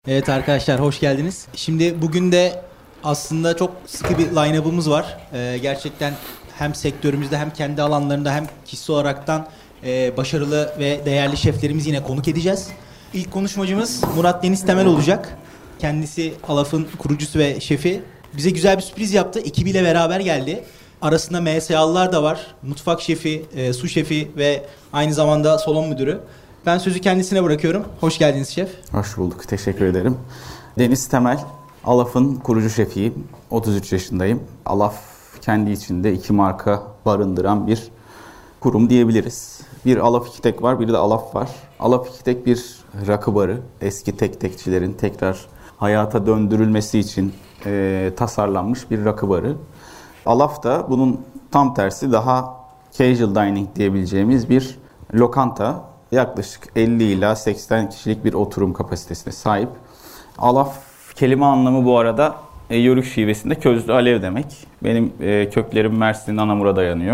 Evet arkadaşlar hoş geldiniz. Şimdi bugün de aslında çok sıkı bir line-up'ımız var. Gerçekten hem sektörümüzde hem kendi alanlarında hem kişisel olaraktan başarılı ve değerli şeflerimizi yine konuk edeceğiz. İlk konuşmacımız Murat Deniz Temel olacak. Kendisi Alaf'ın kurucusu ve şefi. Bize güzel bir sürpriz yaptı. Ekibiyle beraber geldi. Arasında MSA'lılar da var. Mutfak şefi, su şefi ve aynı zamanda salon müdürü. Ben sözü kendisine bırakıyorum. Hoş geldiniz şef. Hoş bulduk. Teşekkür ederim. Deniz Temel, Alaf'ın kurucu şefiyim. 33 yaşındayım. Alaf kendi içinde 2 marka barındıran bir kurum diyebiliriz. Bir Alaf İki Tek var, bir de Alaf var. Alaf İki Tek bir rakı barı. Eski tekçilerin tekrar hayata döndürülmesi için tasarlanmış bir rakı barı. Alaf da bunun tam tersi, daha casual dining diyebileceğimiz bir lokanta. Yaklaşık 50 ila 80 kişilik bir oturum kapasitesine sahip. Alaf kelime anlamı bu arada Yörük şivesinde közlü alev demek. Benim köklerim Mersin'in Anamur'a dayanıyor.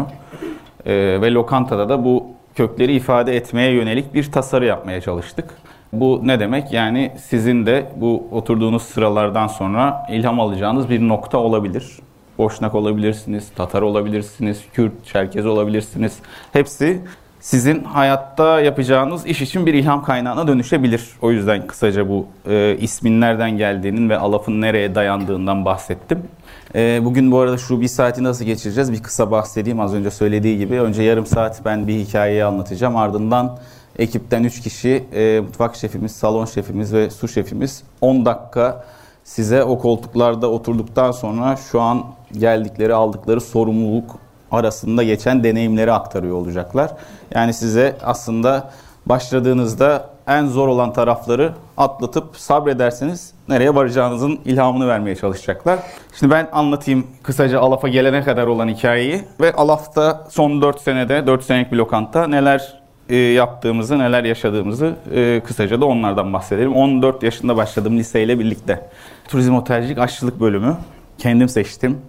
Ve lokantada da bu kökleri ifade etmeye yönelik bir tasarı yapmaya çalıştık. Bu ne demek? Yani sizin de bu oturduğunuz sıralardan sonra ilham alacağınız bir nokta olabilir. Boşnak olabilirsiniz, Tatar olabilirsiniz, Kürt, Çerkez olabilirsiniz. Hepsi sizin hayatta yapacağınız iş için bir ilham kaynağına dönüşebilir. O yüzden kısaca bu ismin nereden geldiğinin ve Alaf'ın nereye dayandığından bahsettim. Bugün bu arada şu bir saati nasıl geçireceğiz bir kısa bahsedeyim. Az önce söylediği gibi önce yarım saat ben bir hikayeyi anlatacağım. Ardından ekipten 3 kişi mutfak şefimiz, salon şefimiz ve su şefimiz 10 dakika size o koltuklarda oturduktan sonra şu an geldikleri, aldıkları sorumluluk arasında geçen deneyimleri aktarıyor olacaklar. Yani size aslında başladığınızda en zor olan tarafları atlatıp sabrederseniz nereye varacağınızın ilhamını vermeye çalışacaklar. Şimdi ben anlatayım kısaca Alaf'a gelene kadar olan hikayeyi ve Alaf'ta son 4 senede, 4 senelik bir lokanta neler yaptığımızı, neler yaşadığımızı kısaca da onlardan bahsedelim. 14 yaşında başladım liseyle birlikte. Turizm Otelcilik Aşçılık bölümü kendim seçtim.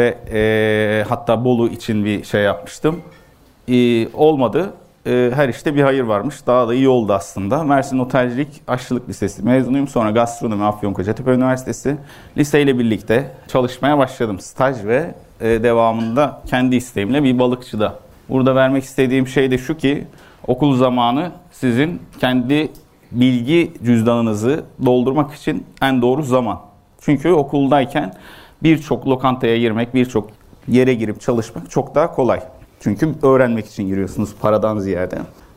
Ve hatta Bolu için bir şey yapmıştım. Olmadı. Her işte bir hayır varmış. Daha da iyi oldu aslında. Mersin Otelcilik Aşçılık Lisesi mezunuyum. Sonra Gastronomi Afyonkarahisar Üniversitesi. Liseyle birlikte çalışmaya başladım. Staj ve devamında kendi isteğimle bir balıkçıda. Burada vermek istediğim şey de şu ki okul zamanı sizin kendi bilgi cüzdanınızı doldurmak için en doğru zaman. Çünkü okuldayken birçok lokantaya girmek, birçok yere girip çalışmak çok daha kolay. Çünkü öğrenmek için giriyorsunuz paradan ziyade.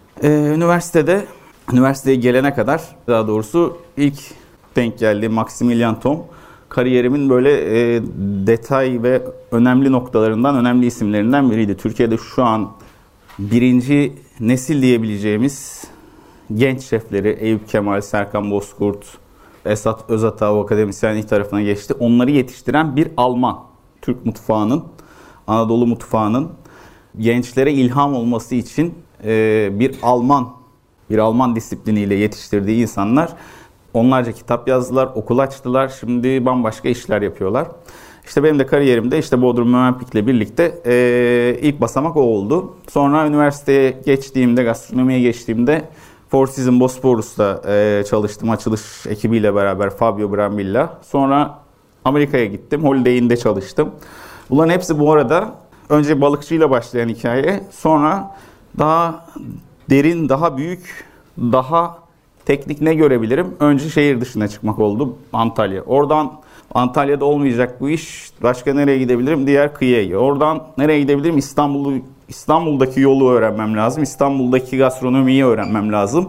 Üniversiteye gelene kadar, daha doğrusu ilk denk geldiğim Maximilian Tom, kariyerimin böyle detay ve önemli noktalarından, önemli isimlerinden biriydi. Türkiye'de şu an birinci nesil diyebileceğimiz genç şefleri Eyüp Kemal, Serkan Bozkurt, Esat Özatağ akademisyenlik tarafına geçti. Onları yetiştiren bir Alman. Türk mutfağının, Anadolu mutfağının gençlere ilham olması için bir Alman disipliniyle yetiştirdiği insanlar onlarca kitap yazdılar, okul açtılar. Şimdi bambaşka işler yapıyorlar. İşte benim de kariyerimde işte Bodrum Mövenpik'le birlikte ilk basamak o oldu. Sonra üniversiteye geçtiğimde, gastronomiye geçtiğimde Four Seasons Bosporus'ta çalıştım açılış ekibiyle beraber Fabio Brambilla. Sonra Amerika'ya gittim. Holiday Inn'de çalıştım. Bunların hepsi bu arada önce balıkçıyla başlayan hikaye. Sonra daha derin, daha büyük, daha teknik ne görebilirim? Önce şehir dışına çıkmak oldu. Antalya. Oradan Antalya'da olmayacak bu iş. Başka nereye gidebilirim? Diğer kıyıya. Oradan nereye gidebilirim? İstanbul'daki yolu öğrenmem lazım. İstanbul'daki gastronomiyi öğrenmem lazım.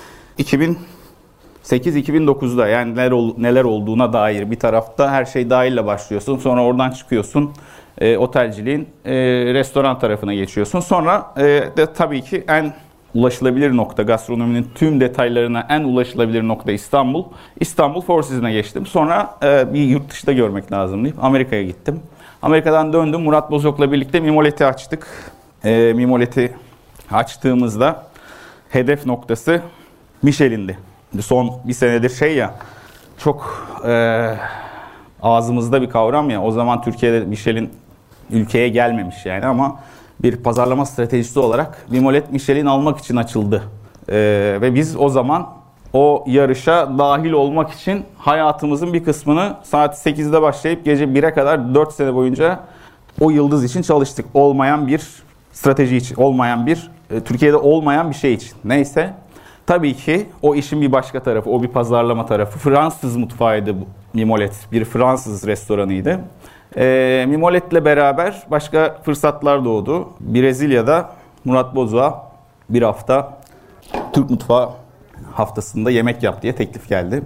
2008-2009'da yani neler olduğuna dair bir tarafta her şey dahille başlıyorsun. Sonra oradan çıkıyorsun. Otelciliğin restoran tarafına geçiyorsun. Sonra de tabii ki en ulaşılabilir nokta, gastronominin tüm detaylarına en ulaşılabilir nokta İstanbul. İstanbul Four Seasons'a geçtim. Sonra bir yurt dışında görmek lazım deyip Amerika'ya gittim. Amerika'dan döndüm. Murat Bozok'la birlikte Mimolet'i açtık. Mimolet'i açtığımızda hedef noktası Michelin'di. Son bir senedir çok ağzımızda bir kavram ya. O zaman Türkiye'de Michelin ülkeye gelmemiş yani ama bir pazarlama stratejisi olarak Mimolet Michelin almak için açıldı. Ve biz o zaman o yarışa dahil olmak için hayatımızın bir kısmını saat 8'de başlayıp gece 1'e kadar 4 sene boyunca o yıldız için çalıştık. Olmayan bir strateji için, Türkiye'de olmayan bir şey için. Neyse, tabii ki o işin bir başka tarafı, o bir pazarlama tarafı. Fransız mutfağıydı bu Mimolet, bir Fransız restoranıydı. Mimolet'le beraber başka fırsatlar doğdu. Brezilya'da Murat Bozok'a bir hafta Türk mutfağı haftasında yemek yap diye teklif geldi.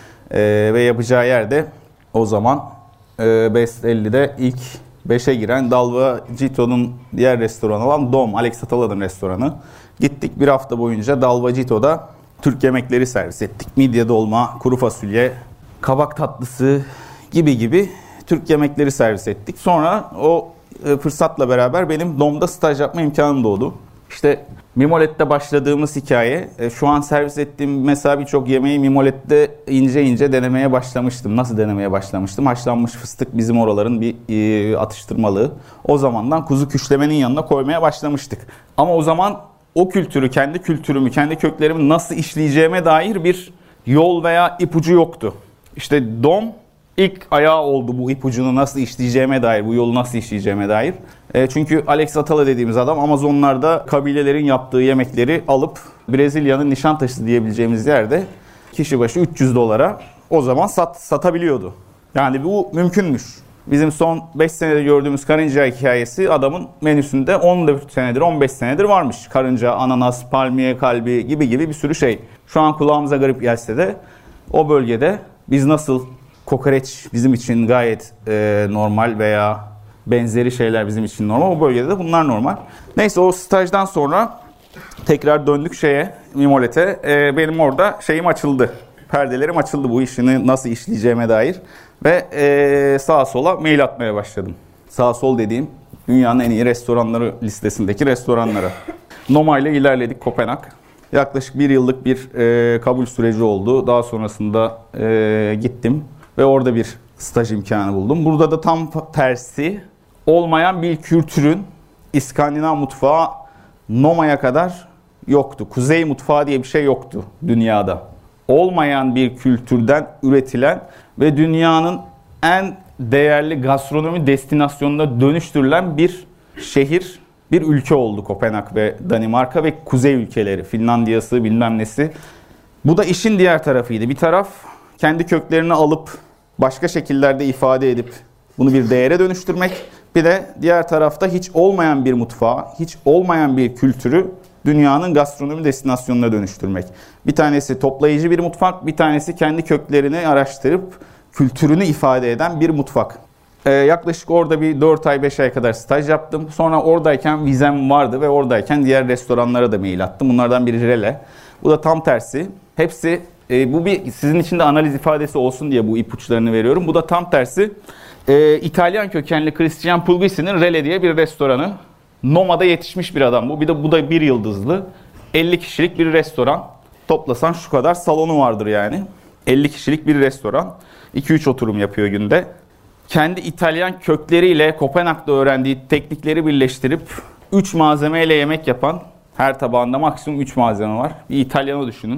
Ve yapacağı yerde o zaman Best 50'de ilk 5'e giren Dalvacito'nun diğer restoranı olan Dom, Alex Attala'nın restoranı. Gittik bir hafta boyunca Dalvacito'da Türk yemekleri servis ettik. Midye dolma, kuru fasulye, kabak tatlısı gibi Türk yemekleri servis ettik. Sonra o fırsatla beraber benim Dom'da staj yapma imkanım doğdu. İşte Mimolet'te başladığımız hikaye, şu an servis ettiğim mesela birçok yemeği Mimolet'te ince denemeye başlamıştım. Nasıl denemeye başlamıştım? Haşlanmış fıstık bizim oraların bir atıştırmalığı. O zamandan kuzu küşlemenin yanına koymaya başlamıştık. Ama o zaman o kültürü, kendi kültürümü, kendi köklerimi nasıl işleyeceğime dair bir yol veya ipucu yoktu. İşte Dom ilk ayağı oldu bu ipucunu nasıl işleyeceğime dair, bu yolu nasıl işleyeceğime dair. Çünkü Alex Atala dediğimiz adam Amazonlarda kabilelerin yaptığı yemekleri alıp Brezilya'nın Nişantaşı diyebileceğimiz yerde kişi başı $300 o zaman satabiliyordu. Yani bu mümkünmüş. Bizim son 5 senede gördüğümüz karınca hikayesi adamın menüsünde 14 senedir, 15 senedir varmış. Karınca, ananas, palmiye kalbi gibi bir sürü şey. Şu an kulağımıza garip gelse de o bölgede biz nasıl kokoreç bizim için gayet normal veya benzeri şeyler bizim için normal. O bölgede de bunlar normal. Neyse o stajdan sonra tekrar döndük Mimolet'e. Benim orada şeyim açıldı. Perdelerim açıldı bu işini nasıl işleyeceğime dair. Ve sağa sola mail atmaya başladım. Sağa sol dediğim dünyanın en iyi restoranları listesindeki restoranlara. Noma ile ilerledik Kopenhag. Yaklaşık 1 yıllık bir kabul süreci oldu. Daha sonrasında gittim ve orada bir staj imkanı buldum. Burada da tam tersi olmayan bir kültürün İskandinav mutfağı Noma'ya kadar yoktu. Kuzey mutfağı diye bir şey yoktu dünyada. Olmayan bir kültürden üretilen ve dünyanın en değerli gastronomi destinasyonuna dönüştürülen bir şehir, bir ülke oldu Kopenhag ve Danimarka ve kuzey ülkeleri, Finlandiya'sı bilmem nesi. Bu da işin diğer tarafıydı. Bir taraf kendi köklerini alıp başka şekillerde ifade edip bunu bir değere dönüştürmek. Bir de diğer tarafta hiç olmayan bir mutfağı, hiç olmayan bir kültürü dünyanın gastronomi destinasyonuna dönüştürmek. Bir tanesi toplayıcı bir mutfak, bir tanesi kendi köklerini araştırıp kültürünü ifade eden bir mutfak. Yaklaşık orada bir 4 ay 5 ay kadar staj yaptım. Sonra oradayken vizem vardı ve oradayken diğer restoranlara da mail attım. Bunlardan biri Rele. Bu da tam tersi. Hepsi bu bir sizin için de analiz ifadesi olsun diye bu ipuçlarını veriyorum. Bu da tam tersi. İtalyan kökenli Christian Puglisi'nin Rele diye bir restoranı. Noma'da yetişmiş bir adam bu. Bu da 1 yıldızlı. 50 kişilik bir restoran. Toplasan şu kadar salonu vardır yani. 50 kişilik bir restoran. 2-3 oturum yapıyor günde. Kendi İtalyan kökleriyle Kopenhag'da öğrendiği teknikleri birleştirip 3 malzemeyle yemek yapan, her tabağında maksimum 3 malzeme var. Bir İtalyanı düşünün.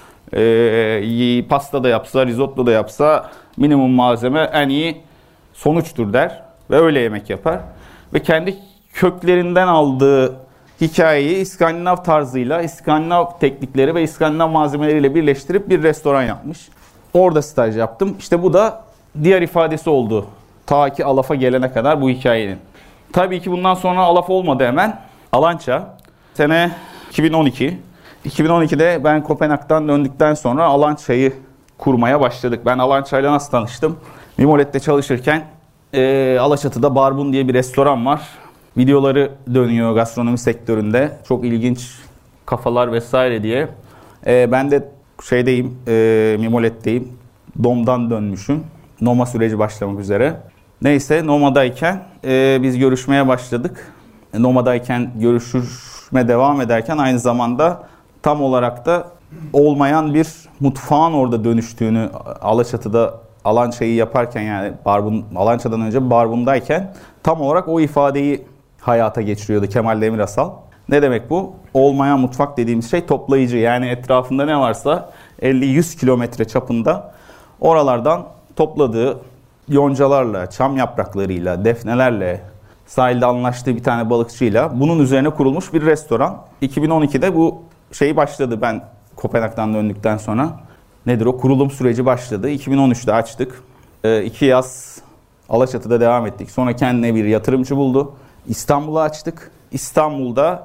Pasta da yapsa, risotto da yapsa minimum malzeme en iyi sonuçtur der. Ve öyle yemek yapar. Ve kendi köklerinden aldığı hikayeyi İskandinav tarzıyla, İskandinav teknikleri ve İskandinav malzemeleriyle birleştirip bir restoran yapmış. Orada staj yaptım. İşte bu da diğer ifadesi oldu. Ta ki Alaf'a gelene kadar bu hikayenin. Tabii ki bundan sonra Alaf olmadı hemen. Alança. Sene 2012. 2012'de ben Kopenhag'dan döndükten sonra Alança'yı kurmaya başladık. Ben Alança'yla nasıl tanıştım? Mimolet'te çalışırken Alaçatı'da Barbun diye bir restoran var. Videoları dönüyor gastronomi sektöründe. Çok ilginç kafalar vesaire diye. Ben de Mimolet'teyim. Dom'dan dönmüşüm. Noma süreci başlamak üzere. Neyse Noma'dayken biz görüşmeye başladık. Noma'dayken görüşme devam ederken aynı zamanda tam olarak da olmayan bir mutfağın orada dönüştüğünü Alaçatı'da Alança'yı yaparken yani Alança'dan önce Barbun'dayken tam olarak o ifadeyi hayata geçiriyordu Kemal Demirasal. Ne demek bu? Olmayan mutfak dediğimiz şey toplayıcı. Yani etrafında ne varsa 50-100 kilometre çapında oralardan topladığı yoncalarla, çam yapraklarıyla, defnelerle, sahilde anlaştığı bir tane balıkçıyla bunun üzerine kurulmuş bir restoran. 2012'de bu şey başladı, ben Kopenhag'dan döndükten sonra. Nedir o? Kurulum süreci başladı. 2013'te açtık. 2 yaz Alaçatı'da devam ettik. Sonra kendine bir yatırımcı buldu. İstanbul'a açtık. İstanbul'da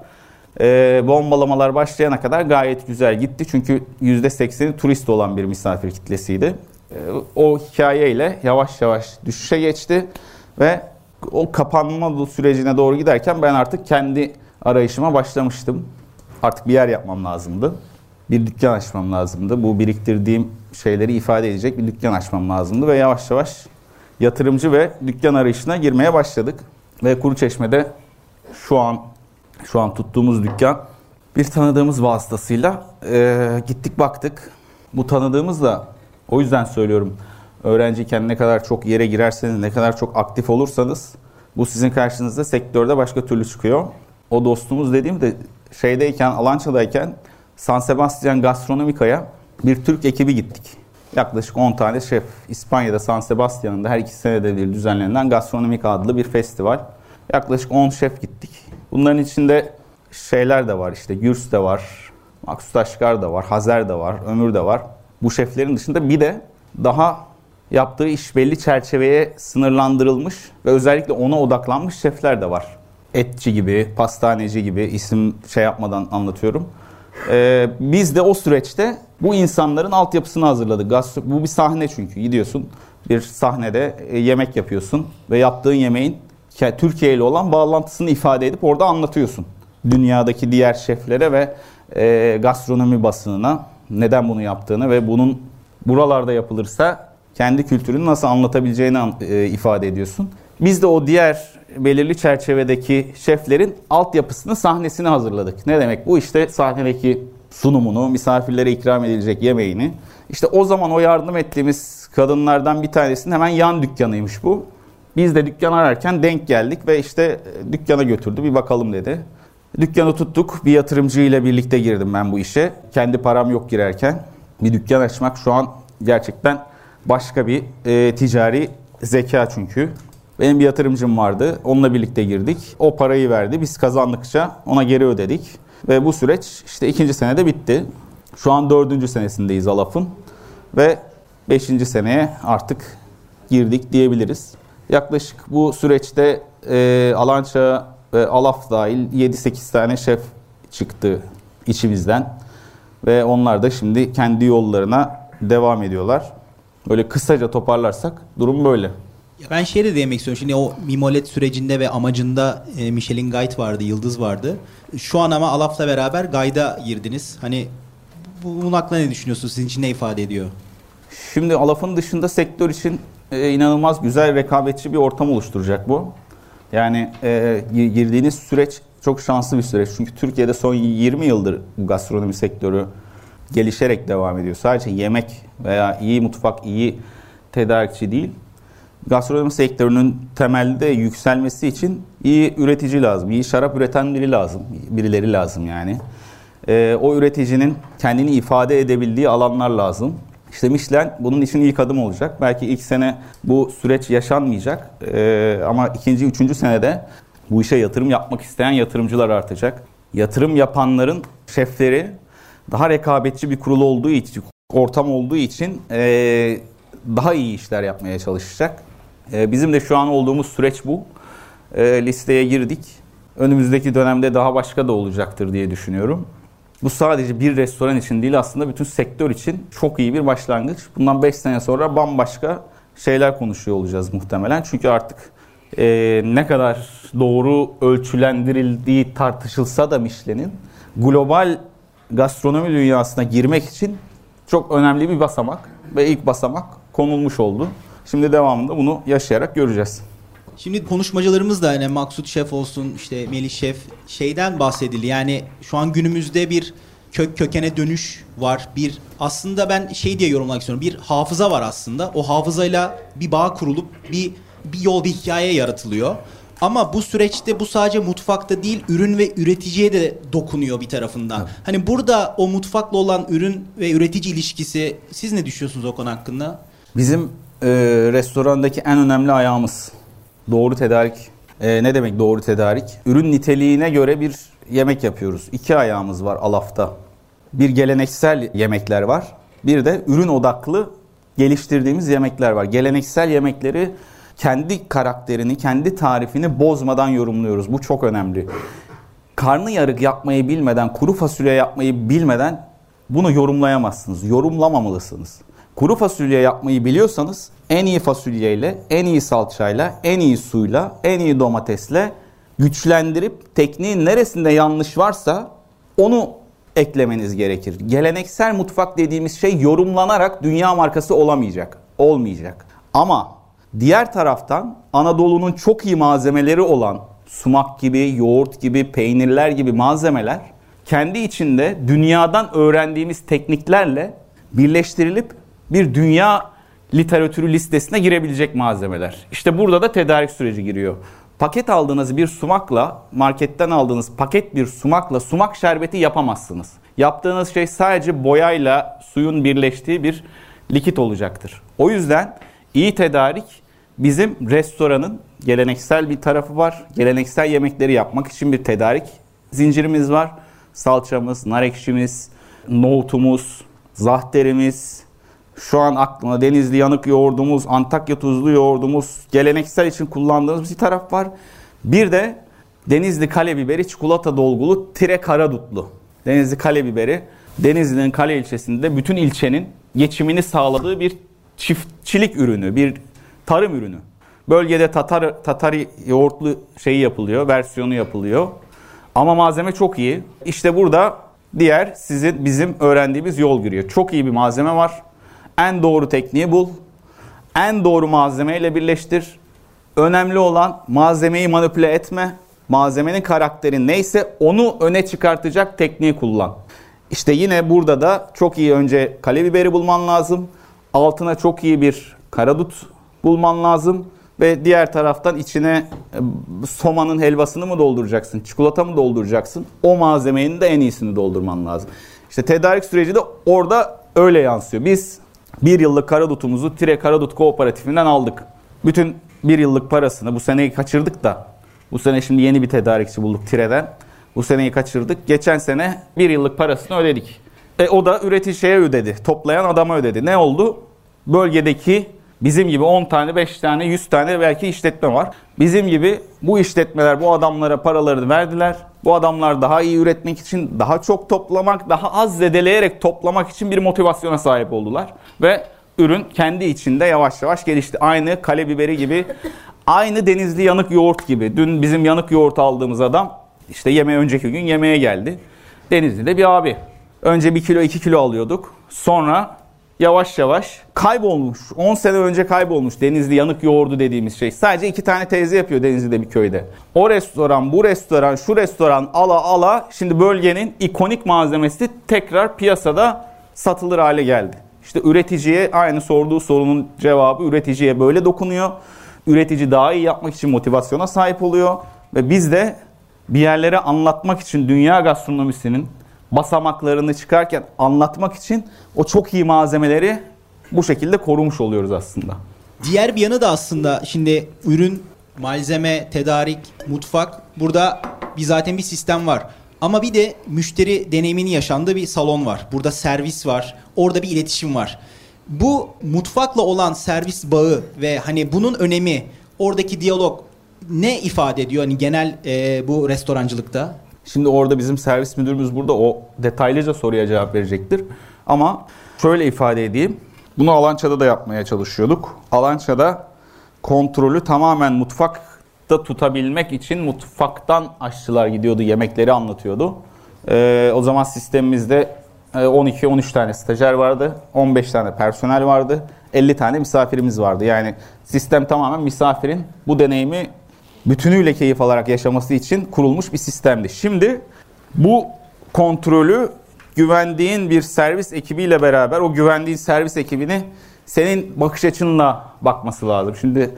bombalamalar başlayana kadar gayet güzel gitti. Çünkü %80'i turist olan bir misafir kitlesiydi. O hikayeyle yavaş yavaş düşüşe geçti ve o kapanma sürecine doğru giderken ben artık kendi arayışıma başlamıştım. Artık bir yer yapmam lazımdı. Bir dükkan açmam lazımdı. Bu biriktirdiğim şeyleri ifade edecek bir dükkan açmam lazımdı ve yavaş yavaş yatırımcı ve dükkan arayışına girmeye başladık. Ve Kuruçeşme'de şu an tuttuğumuz dükkan bir tanıdığımız vasıtasıyla gittik baktık. Bu tanıdığımız da, o yüzden söylüyorum, öğrenciyken ne kadar çok yere girerseniz, ne kadar çok aktif olursanız bu sizin karşınızda sektörde başka türlü çıkıyor. O dostumuz dediğim de Alança'dayken San Sebastian Gastronomica'ya bir Türk ekibi gittik. Yaklaşık 10 tane şef. İspanya'da San Sebastian'da her 2 senede bir düzenlenen Gastronomica adlı bir festival. Yaklaşık 10 şef gittik. Bunların içinde şeyler de var, işte Gürs de var, Maksut Aşkar da var, Hazer de var, Ömür de var. Bu şeflerin dışında bir de daha yaptığı iş belli çerçeveye sınırlandırılmış ve özellikle ona odaklanmış şefler de var. Etçi gibi, pastaneci gibi, isim yapmadan anlatıyorum. Biz de o süreçte bu insanların altyapısını hazırladık. Bu bir sahne, çünkü gidiyorsun bir sahnede yemek yapıyorsun ve yaptığın yemeğin Türkiye ile olan bağlantısını ifade edip orada anlatıyorsun. Dünyadaki diğer şeflere ve gastronomi basınına neden bunu yaptığını ve bunun buralarda yapılırsa kendi kültürünü nasıl anlatabileceğini ifade ediyorsun. Biz de o diğer belirli çerçevedeki şeflerin altyapısını, sahnesini hazırladık. Ne demek bu? İşte sahnedeki sunumunu, misafirlere ikram edilecek yemeğini. İşte o zaman o yardım ettiğimiz kadınlardan bir tanesinin hemen yan dükkanıymış bu. Biz de dükkan ararken denk geldik ve işte dükkana götürdü, bir bakalım dedi. Dükkanı tuttuk, bir yatırımcı ile birlikte girdim ben bu işe. Kendi param yok girerken. Bir dükkan açmak şu an gerçekten başka bir ticari zeka çünkü. Benim bir yatırımcım vardı, onunla birlikte girdik. O parayı verdi, biz kazandıkça ona geri ödedik. Ve bu süreç işte 2. senede bitti. Şu an 4. senesindeyiz Alaf'ın. Ve 5. seneye artık girdik diyebiliriz. Yaklaşık bu süreçte Alança ve Alaf dahil 7-8 tane şef çıktı içimizden. Ve onlar da şimdi kendi yollarına devam ediyorlar. Böyle kısaca toparlarsak durum böyle. Ben de demek istiyorum. Şimdi o Mimolet sürecinde ve amacında Michelin Guide vardı, Yıldız vardı. Şu an ama Alaf'la beraber Guide'a girdiniz. Hani bunun hakkında ne düşünüyorsunuz? Sizin için ne ifade ediyor? Şimdi Alaf'ın dışında sektör için inanılmaz güzel, rekabetçi bir ortam oluşturacak bu. Yani girdiğiniz süreç çok şanslı bir süreç. Çünkü Türkiye'de son 20 yıldır bu gastronomi sektörü gelişerek devam ediyor. Sadece yemek veya iyi mutfak, iyi tedarikçi değil. Gastronomi sektörünün temelde yükselmesi için iyi üretici lazım. İyi şarap üreten birileri lazım yani. O üreticinin kendini ifade edebildiği alanlar lazım. İşte Michelin bunun için ilk adım olacak. Belki ilk sene bu süreç yaşanmayacak. Ama 2. 3. senede bu işe yatırım yapmak isteyen yatırımcılar artacak. Yatırım yapanların şefleri daha rekabetçi bir kurul olduğu için, ortam olduğu için daha iyi işler yapmaya çalışacak. Bizim de şu an olduğumuz süreç bu. Listeye girdik. Önümüzdeki dönemde daha başka da olacaktır diye düşünüyorum. Bu sadece bir restoran için değil, aslında bütün sektör için çok iyi bir başlangıç. Bundan 5 sene sonra bambaşka şeyler konuşuyor olacağız muhtemelen. Çünkü artık ne kadar doğru ölçülendirildiği tartışılsa da Michelin'in global gastronomi dünyasına girmek için çok önemli bir basamak ve ilk basamak konulmuş oldu. Şimdi devamında bunu yaşayarak göreceğiz. Şimdi konuşmacılarımız da hani Maksut Şef olsun, işte Melih Şef şeyden bahsedildi. Yani şu an günümüzde bir kökene dönüş var. Bir aslında ben diye yorumlamak istiyorum. Bir hafıza var aslında. O hafızayla bir bağ kurulup bir yol, bir hikaye yaratılıyor. Ama bu süreçte bu sadece mutfakta değil, ürün ve üreticiye de dokunuyor bir tarafından. Evet. Hani burada o mutfakla olan ürün ve üretici ilişkisi, siz ne düşünüyorsunuz o konu hakkında? Bizim restorandaki en önemli ayağımız doğru tedarik. Ne demek doğru tedarik? Ürün niteliğine göre bir yemek yapıyoruz. 2 ayağımız var Alaf'ta. Bir geleneksel yemekler var. Bir de ürün odaklı geliştirdiğimiz yemekler var. Geleneksel yemekleri kendi karakterini, kendi tarifini bozmadan yorumluyoruz. Bu çok önemli. Karnıyarık yapmayı bilmeden, kuru fasulye yapmayı bilmeden bunu yorumlayamazsınız. Yorumlamamalısınız. Kuru fasulye yapmayı biliyorsanız en iyi fasulyeyle, en iyi salçayla, en iyi suyla, en iyi domatesle güçlendirip tekniğin neresinde yanlış varsa onu eklemeniz gerekir. Geleneksel mutfak dediğimiz şey yorumlanarak dünya markası olamayacak. Olmayacak. Ama diğer taraftan Anadolu'nun çok iyi malzemeleri olan sumak gibi, yoğurt gibi, peynirler gibi malzemeler kendi içinde dünyadan öğrendiğimiz tekniklerle birleştirilip bir dünya literatürü listesine girebilecek malzemeler. İşte burada da tedarik süreci giriyor. Paket aldığınız bir sumakla, marketten aldığınız paket bir sumakla sumak şerbeti yapamazsınız. Yaptığınız şey sadece boyayla suyun birleştiği bir likit olacaktır. O yüzden iyi tedarik bizim restoranın geleneksel bir tarafı var. Geleneksel yemekleri yapmak için bir tedarik zincirimiz var. Salçamız, nar ekşimiz, nohutumuz, zahterimiz, şu an aklıma Denizli yanık yoğurdumuz, Antakya tuzlu yoğurdumuz, geleneksel için kullandığımız bir taraf var. Bir de Denizli kale biberi çikolata dolgulu tire karadutlu. Denizli kale biberi, Denizli'nin Kale ilçesinde bütün ilçenin geçimini sağladığı bir çiftçilik ürünü, bir tarım ürünü. Bölgede Tatari yoğurtlu şeyi yapılıyor, versiyonu yapılıyor. Ama malzeme çok iyi. İşte burada diğer bizim öğrendiğimiz yol giriyor. Çok iyi bir malzeme var. En doğru tekniği bul. En doğru malzemeyle birleştir. Önemli olan malzemeyi manipüle etme. Malzemenin karakteri neyse onu öne çıkartacak tekniği kullan. İşte yine burada da çok iyi önce kale biberi bulman lazım. Altına çok iyi bir karadut bulman lazım. Ve diğer taraftan içine somanın helvasını mı dolduracaksın, çikolata mı dolduracaksın? O malzemenin de en iyisini doldurman lazım. İşte tedarik süreci de orada öyle yansıyor. Biz 1 yıllık karadutumuzu Tire Karadut Kooperatifinden aldık. Bütün 1 yıllık parasını bu seneyi kaçırdık da. Bu sene şimdi yeni bir tedarikçi bulduk Tire'den. Bu seneyi kaçırdık. Geçen sene 1 yıllık parasını ödedik. O da üreticiye ödedi. Toplayan adama ödedi. Ne oldu? Bölgedeki bizim gibi 10 tane, 5 tane, 100 tane belki işletme var. Bizim gibi bu işletmeler bu adamlara paralarını verdiler. Bu adamlar daha iyi üretmek için, daha çok toplamak, daha az zedeleyerek toplamak için bir motivasyona sahip oldular. Ve ürün kendi içinde yavaş yavaş gelişti. Aynı kale biberi gibi, aynı Denizli yanık yoğurt gibi. Dün bizim yanık yoğurt aldığımız adam işte önceki gün yemeğe geldi. Denizli'de bir abi. Önce 1 kilo 2 kilo alıyorduk. Sonra yavaş yavaş kaybolmuş. 10 sene önce kaybolmuş Denizli yanık yoğurdu dediğimiz şey. Sadece 2 tane teyze yapıyor Denizli'de bir köyde. O restoran, bu restoran, şu restoran ala şimdi bölgenin ikonik malzemesi tekrar piyasada satılır hale geldi. İşte üreticiye aynı sorduğu sorunun cevabı üreticiye böyle dokunuyor. Üretici daha iyi yapmak için motivasyona sahip oluyor. Ve biz de bir yerlere anlatmak için dünya gastronomisinin basamaklarını çıkarken anlatmak için o çok iyi malzemeleri bu şekilde korumuş oluyoruz aslında. Diğer bir yanı da aslında şimdi ürün, malzeme, tedarik, mutfak, burada zaten bir sistem var. Ama bir de müşteri deneyimini yaşandığı bir salon var. Burada servis var, orada bir iletişim var. Bu mutfakla olan servis bağı ve hani bunun önemi, oradaki diyalog ne ifade ediyor hani genel bu restorancılıkta? Şimdi orada bizim servis müdürümüz burada o detaylıca soruya cevap verecektir. Ama şöyle ifade edeyim. Bunu Alança'da da yapmaya çalışıyorduk. Alança'da kontrolü tamamen mutfakta tutabilmek için mutfaktan aşçılar gidiyordu, yemekleri anlatıyordu. O zaman sistemimizde 12-13 tane stajyer vardı, 15 tane personel vardı, 50 tane misafirimiz vardı. Yani sistem tamamen misafirin bu deneyimi bütünüyle keyif alarak yaşaması için kurulmuş bir sistemdi. Şimdi bu kontrolü güvendiğin bir servis ekibiyle beraber o güvendiğin servis ekibini senin bakış açınla bakması lazım. Şimdi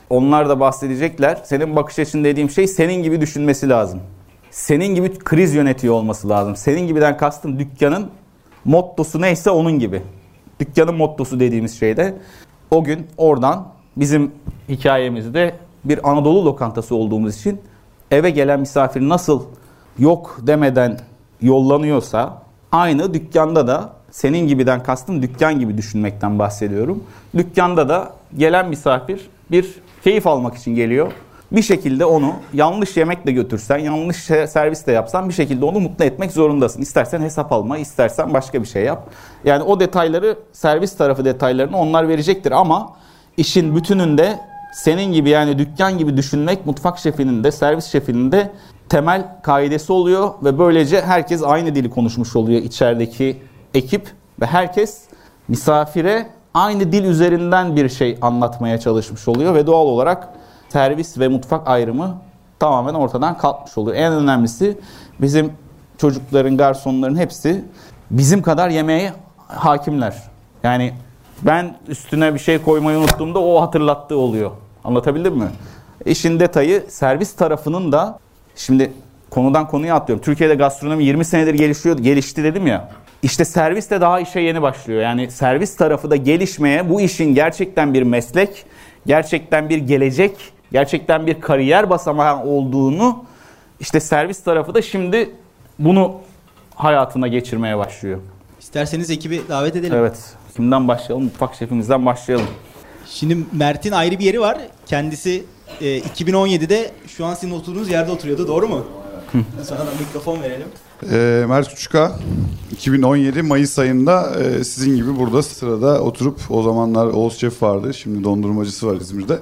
onlar da bahsedecekler. Senin bakış açın dediğim şey senin gibi düşünmesi lazım. Senin gibi kriz yönetiyor olması lazım. Senin gibiden kastım dükkanın mottosu neyse onun gibi. Dükkanın mottosu dediğimiz şey de o gün oradan bizim hikayemizde bir Anadolu lokantası olduğumuz için eve gelen misafir nasıl yok demeden yollanıyorsa aynı dükkanda da senin gibiden kastım dükkan gibi düşünmekten bahsediyorum. Dükkanda da gelen misafir bir keyif almak için geliyor. Bir şekilde onu yanlış yemekle götürsen, yanlış servisle yapsan bir şekilde onu mutlu etmek zorundasın. İstersen hesap alma, istersen başka bir şey yap. Yani o detayları, servis tarafı detaylarını onlar verecektir ama işin bütününde senin gibi yani dükkan gibi düşünmek mutfak şefinin de servis şefinin de temel kaidesi oluyor ve böylece herkes aynı dili konuşmuş oluyor içerideki ekip ve herkes misafire aynı dil üzerinden bir şey anlatmaya çalışmış oluyor ve doğal olarak servis ve mutfak ayrımı tamamen ortadan kalkmış oluyor. En önemlisi bizim çocukların, garsonların hepsi bizim kadar yemeğe hakimler. Yani ben üstüne bir şey koymayı unuttuğumda o hatırlattığı oluyor. Anlatabildim mi? İşin detayı servis tarafının da şimdi konudan konuya atlıyorum. Türkiye'de gastronomi 20 senedir gelişti dedim ya. İşte servis de daha işe yeni başlıyor. Yani servis tarafı da gelişmeye, bu işin gerçekten bir meslek, gerçekten bir gelecek, gerçekten bir kariyer basamağı olduğunu işte servis tarafı da şimdi bunu hayatına geçirmeye başlıyor. İsterseniz ekibi davet edelim. Evet. Kimden başlayalım? Mutfak şefimizden başlayalım. Şimdi Mert'in ayrı bir yeri var. Kendisi 2017'de şu an sizin oturduğunuz yerde oturuyordu. Doğru mu? Sana da mikrofon verelim. Mert Küçük'a 2017 Mayıs ayında sizin gibi burada sırada oturup o zamanlar Oğuz Şef vardı. Şimdi dondurmacısı var İzmir'de.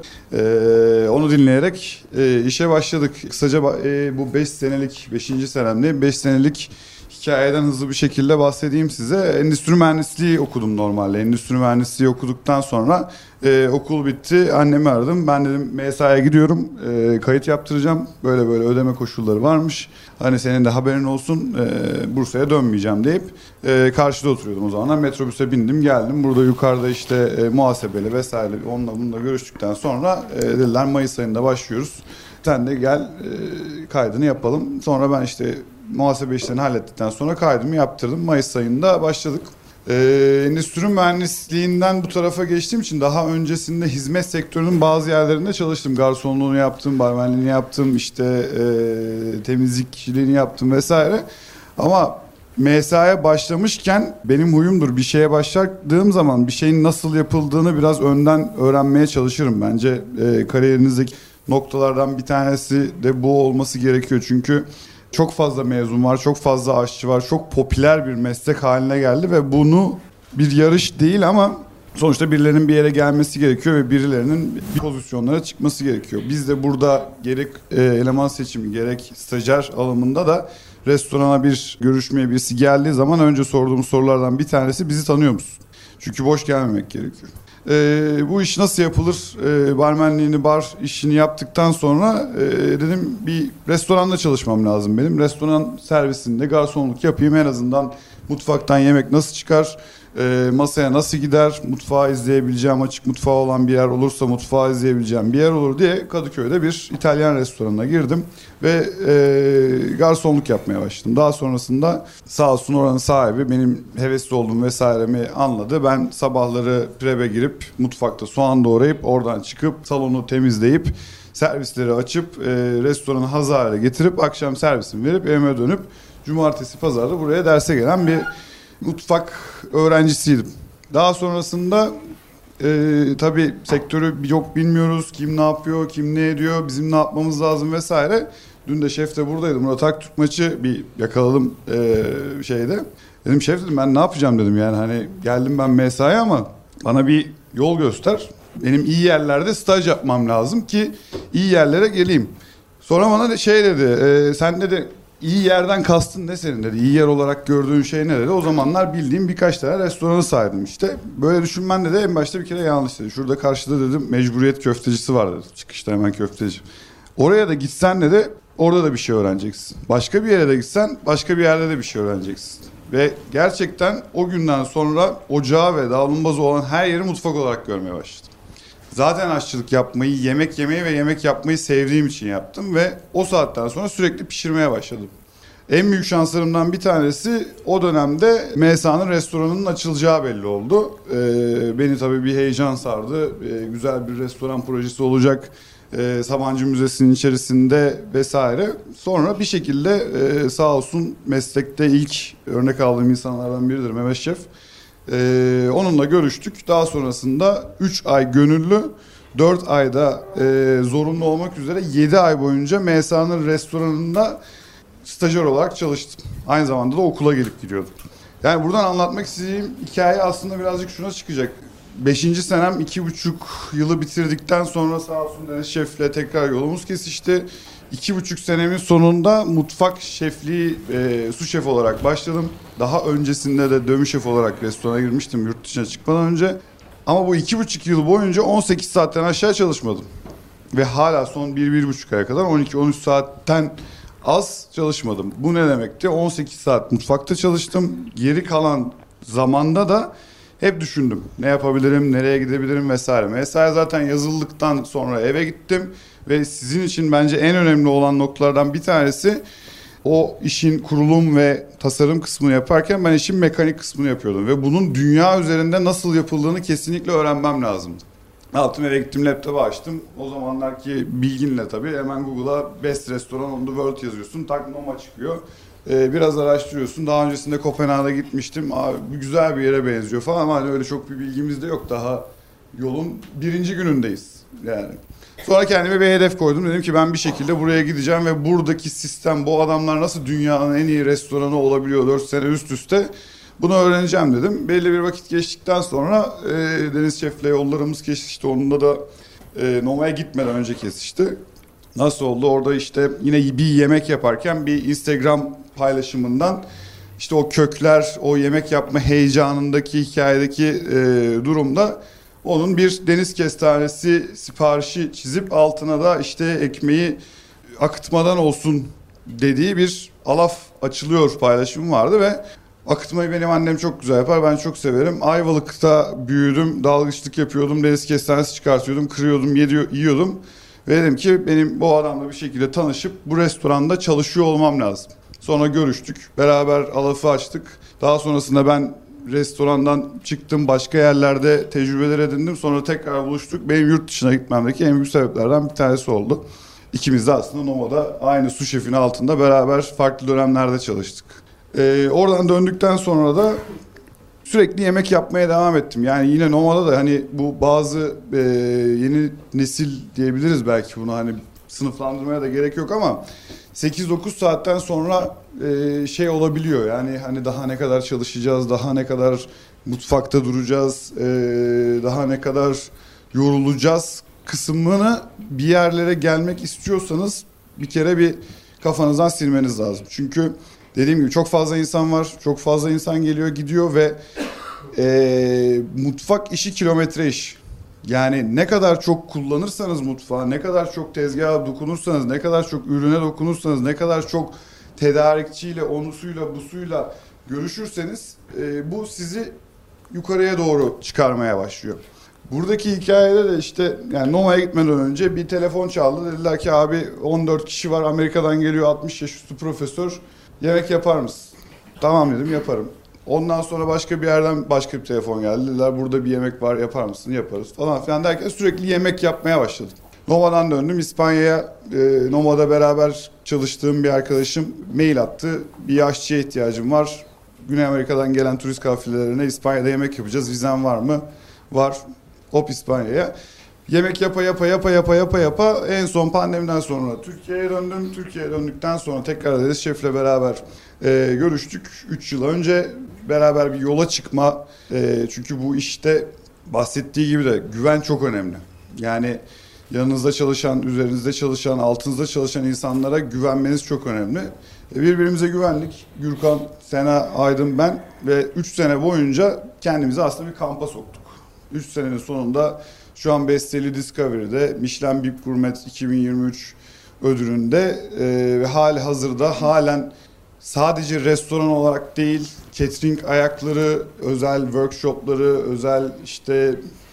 Onu dinleyerek işe başladık. Kısaca bu 5 senelik, 5. senemde 5 senelik hikayeden hızlı bir şekilde bahsedeyim size. Endüstri mühendisliği okudum normalde. Endüstri mühendisliği okuduktan sonra okul bitti. Annemi aradım. Ben dedim MSA'ya gidiyorum. Kayıt yaptıracağım. Böyle böyle ödeme koşulları varmış. Hani senin de haberin olsun. Bursa'ya dönmeyeceğim deyip karşıda oturuyordum o zamanlar. Metrobüse bindim geldim. Burada yukarıda işte muhasebeli vesaire onunla bununla görüştükten sonra dediler Mayıs ayında başlıyoruz. Sen de gel kaydını yapalım. Sonra ben işte muhasebe işlerini hallettikten sonra kaydımı yaptırdım. Mayıs ayında başladık. Endüstri mühendisliğinden bu tarafa geçtiğim için daha öncesinde hizmet sektörünün bazı yerlerinde çalıştım. Garsonluğunu yaptım, barmenliğini yaptım, işte temizlikçiliğini yaptım vesaire. Ama MSA'ya başlamışken benim huyumdur. Bir şeye başladığım zaman bir şeyin nasıl yapıldığını biraz önden öğrenmeye çalışırım. Bence kariyerinizdeki noktalardan bir tanesi de bu olması gerekiyor. Çünkü çok fazla mezun var, çok fazla aşçı var, çok popüler bir meslek haline geldi ve bunu bir yarış değil ama sonuçta birilerinin bir yere gelmesi gerekiyor ve birilerinin bir pozisyonlara çıkması gerekiyor. Biz de burada gerek eleman seçimi gerek stajyer alımında da restorana bir görüşmeye birisi geldiği zaman önce sorduğumuz sorulardan bir tanesi bizi tanıyor musun? Çünkü boş gelmemek gerekiyor. Bu iş nasıl yapılır? Barmenliğini, bar işini yaptıktan sonra dedim bir restoranda çalışmam lazım benim. Restoran servisinde garsonluk yapayım, en azından mutfaktan yemek nasıl çıkar, masaya nasıl gider, mutfağı izleyebileceğim, açık mutfağı olan bir yer olursa mutfağı izleyebileceğim bir yer olur diye Kadıköy'de bir İtalyan restoranına girdim ve garsonluk yapmaya başladım. Daha sonrasında sağ olsun oranın sahibi benim hevesli olduğum vesairemi anladı. Ben sabahları prebe girip mutfakta soğan doğrayıp oradan çıkıp salonu temizleyip servisleri açıp restoranı hazır hale getirip akşam servisimi verip evime dönüp cumartesi pazarda buraya derse gelen bir mutfak öğrencisiydim. Daha sonrasında tabii sektörü çok bilmiyoruz. Kim ne yapıyor, kim ne ediyor, bizim ne yapmamız lazım vesaire. Dün de şef de buradaydı. Murat Aktürk maçı bir yakaladım şeyde. Dedim şef dedim ben ne yapacağım dedim yani hani geldim ben mesaiye ama bana bir yol göster. Benim iyi yerlerde staj yapmam lazım ki iyi yerlere geleyim. Sonra bana da şey dedi sen dedi İyi yerden kastın ne senin dedi. İyi yer olarak gördüğün şey ne dedi. O zamanlar bildiğim birkaç tane restoranı saydım işte. Böyle düşünmen de en başta bir kere yanlış dedi. Şurada karşıda dedim mecburiyet köftecisi var dedi. Çıkışta hemen köfteci. Oraya da gitsen de orada da bir şey öğreneceksin. Başka bir yere de gitsen başka bir yerde de bir şey öğreneceksin. Ve gerçekten o günden sonra ocağı ve davlumbazı olan her yeri mutfak olarak görmeye başladım. Zaten aşçılık yapmayı, yemek yemeyi ve yemek yapmayı sevdiğim için yaptım ve o saatten sonra sürekli pişirmeye başladım. En büyük şanslarımdan bir tanesi o dönemde MSA'nın restoranının açılacağı belli oldu. Beni tabii bir heyecan sardı. Güzel bir restoran projesi olacak. Sabancı Müzesi'nin içerisinde vesaire. Sonra bir şekilde sağ olsun meslekte ilk örnek aldığım insanlardan biridir Mehmet Şef. Onunla görüştük. Daha sonrasında 3 ay gönüllü, 4 ayda zorunlu olmak üzere 7 ay boyunca MSA'nın restoranında stajyer olarak çalıştım. Aynı zamanda da okula gelip gidiyordum. Yani buradan anlatmak istediğim hikaye aslında birazcık şuna çıkacak. 5. senem 2,5 yılı bitirdikten sonra sağ olsun Deniz Şef'le tekrar yolumuz kesişti. 2,5 senemin sonunda mutfak şefliği, su şef olarak başladım. Daha öncesinde de dömü şef olarak restorana girmiştim yurt dışına çıkmadan önce. Ama bu 2,5 yıl boyunca 18 saatten aşağı çalışmadım. Ve hala son 1-1,5 aya kadar 12-13 saatten az çalışmadım. Bu ne demekti? 18 saat mutfakta çalıştım. Geri kalan zamanda da hep düşündüm. Ne yapabilirim, nereye gidebilirim vesaire. Mesela zaten yazıldıktan sonra eve gittim. Ve sizin için bence en önemli olan noktalardan bir tanesi o işin kurulum ve tasarım kısmını yaparken ben işin mekanik kısmını yapıyordum. Ve bunun dünya üzerinde nasıl yapıldığını kesinlikle öğrenmem lazımdı. Altın eve gittim, laptopu açtım. O zamanlarki bilginle tabii hemen Google'a Best Restaurant on the World yazıyorsun. Tak Noma çıkıyor. Biraz araştırıyorsun. Daha öncesinde Kopenhag'a gitmiştim. Abi, güzel bir yere benziyor falan ama hani öyle çok bir bilgimiz de yok. Daha yolun 1. günündeyiz yani. Sonra kendime bir hedef koydum. Dedim ki ben bir şekilde buraya gideceğim ve buradaki sistem, bu adamlar nasıl dünyanın en iyi restoranı olabiliyor 4 sene üst üste bunu öğreneceğim dedim. Belli bir vakit geçtikten sonra Deniz Şef'le yollarımız kesişti. Onunla da Noma'ya gitmeden önce kesişti. Nasıl oldu? Orada işte yine bir yemek yaparken bir Instagram paylaşımından işte o kökler, o yemek yapma heyecanındaki hikayedeki durumda onun bir deniz kestanesi siparişi çizip altına da işte ekmeği akıtmadan olsun dediği bir alaf açılıyor paylaşımı vardı ve akıtmayı benim annem çok güzel yapar. Ben çok severim. Ayvalık'ta büyüdüm. Dalgıçlık yapıyordum. Deniz kestanesi çıkartıyordum. Kırıyordum, yiyordum. Ve dedim ki benim bu adamla bir şekilde tanışıp bu restoranda çalışıyor olmam lazım. Sonra görüştük. Beraber alafı açtık. Daha sonrasında ben restorandan çıktım. Başka yerlerde tecrübeler edindim. Sonra tekrar buluştuk. Benim yurt dışına gitmemdeki en büyük sebeplerden bir tanesi oldu. İkimiz de aslında Noma'da aynı su şefinin altında beraber farklı dönemlerde çalıştık. Oradan döndükten sonra da sürekli yemek yapmaya devam ettim. Yani yine Noma'da da hani bu bazı yeni nesil diyebiliriz belki bunu hani sınıflandırmaya da gerek yok ama 8-9 saatten sonra şey olabiliyor. Yani hani daha ne kadar çalışacağız, daha ne kadar mutfakta duracağız, daha ne kadar yorulacağız kısmını bir yerlere gelmek istiyorsanız bir kere bir kafanızdan silmeniz lazım. Çünkü dediğim gibi çok fazla insan var, çok fazla insan geliyor gidiyor ve mutfak işi kilometre iş. Yani ne kadar çok kullanırsanız mutfağı, ne kadar çok tezgaha dokunursanız, ne kadar çok ürüne dokunursanız, ne kadar çok tedarikçiyle, onusuyla, busuyla görüşürseniz bu sizi yukarıya doğru çıkarmaya başlıyor. Buradaki hikayede de işte yani Noma'ya gitmeden önce bir telefon çaldı. Dediler ki abi 14 kişi var Amerika'dan geliyor 60 yaş üstü profesör. Yemek yapar mısın? Tamam dedim yaparım. Ondan sonra başka bir yerden başka bir telefon geldi. Dediler burada bir yemek var yapar mısın? Yaparız falan filan derken sürekli yemek yapmaya başladım. Noma'dan döndüm İspanya'ya. Noma'da beraber çalıştığım bir arkadaşım mail attı. Bir aşçıya ihtiyacım var. Güney Amerika'dan gelen turist kafilelerine İspanya'da yemek yapacağız. Vizen var mı? Var. Hop İspanya'ya. Yemek yapa en son pandemiden sonra Türkiye'ye döndüm. Türkiye'ye döndükten sonra tekrar Deniz Şef'le beraber görüştük. 3 yıl önce beraber bir yola çıkma. Çünkü bu işte bahsettiği gibi de güven çok önemli. Yani yanınızda çalışan, üzerinizde çalışan, altınızda çalışan insanlara güvenmeniz çok önemli. Birbirimize güvendik. Gürkan, Sena, Aydın, ben ve 3 sene boyunca kendimizi aslında bir kampa soktuk. 3 senenin sonunda şu an Besteli Discovery'de Michelin Bib Gourmet 2023 ödülünde ve hali hazırda halen sadece restoran olarak değil catering ayakları, özel workshopları, özel işte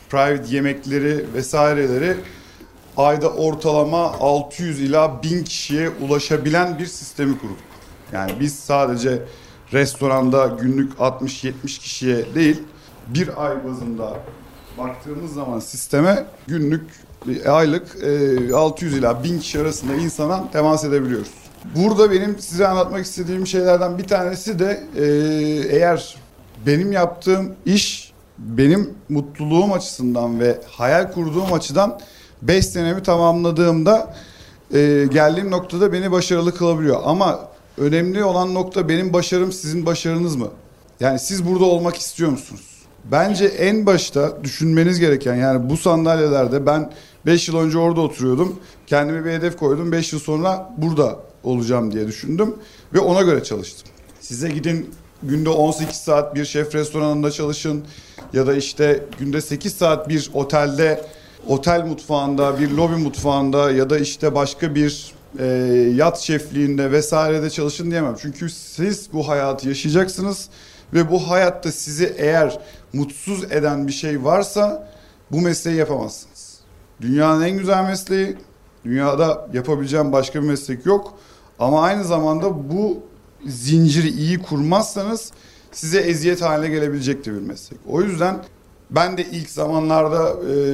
private yemekleri vesaireleri ayda ortalama 600 ila 1000 kişiye ulaşabilen bir sistemi kurduk. Yani biz sadece restoranda günlük 60-70 kişiye değil, bir ay bazında baktığımız zaman sisteme günlük, aylık 600 ila 1000 kişi arasında insana temas edebiliyoruz. Burada benim size anlatmak istediğim şeylerden bir tanesi de eğer benim yaptığım iş benim mutluluğum açısından ve hayal kurduğum açıdan 5 senemi tamamladığımda geldiğim noktada beni başarılı kılabiliyor. Ama önemli olan nokta benim başarım sizin başarınız mı? Yani siz burada olmak istiyor musunuz? Bence en başta düşünmeniz gereken, yani bu sandalyelerde ben 5 yıl önce orada oturuyordum. Kendime bir hedef koydum. 5 yıl sonra burada olacağım diye düşündüm ve ona göre çalıştım. Size gidin günde 18 saat bir şef restoranında çalışın ya da işte günde 8 saat bir otelde, otel mutfağında, bir lobi mutfağında ya da işte başka bir yat şefliğinde vesairede çalışın diyemem. Çünkü siz bu hayatı yaşayacaksınız ve bu hayatta sizi eğer mutsuz eden bir şey varsa bu mesleği yapamazsınız. Dünyanın en güzel mesleği, dünyada yapabileceğim başka bir meslek yok. Ama aynı zamanda bu zinciri iyi kurmazsanız size eziyet haline gelebilecek de bir meslek. O yüzden ben de ilk zamanlarda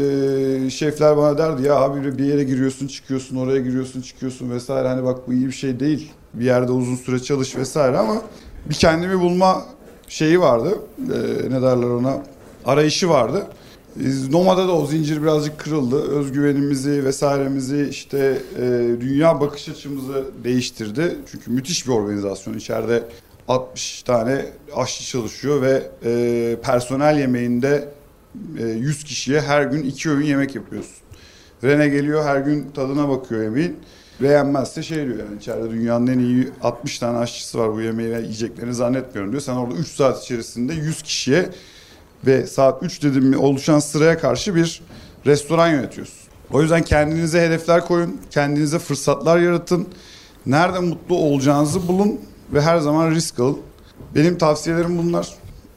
şefler bana derdi ya abi bir yere giriyorsun çıkıyorsun, oraya giriyorsun çıkıyorsun vesaire, hani bak bu iyi bir şey değil, bir yerde uzun süre çalış vesaire, ama bir kendimi bulma şeyi vardı, ne derler ona, arayışı vardı. Noma'da da o zincir birazcık kırıldı. Özgüvenimizi vesairemizi, işte dünya bakış açımızı değiştirdi. Çünkü müthiş bir organizasyon. İçeride 60 tane aşçı çalışıyor ve personel yemeğinde 100 kişiye her gün 2 öğün yemek yapıyorsun. Rene geliyor, her gün tadına bakıyor yemeğin. Beğenmezse şey diyor, yani içeride dünyanın en iyi 60 tane aşçısı var, bu yemeği yiyeceklerini zannetmiyorum diyor. Sen orada 3 saat içerisinde 100 kişiye ve saat 3 dedim mi oluşan sıraya karşı bir restoran yönetiyorsun. O yüzden kendinize hedefler koyun, kendinize fırsatlar yaratın. Nerede mutlu olacağınızı bulun ve her zaman risk alın. Benim tavsiyelerim bunlar.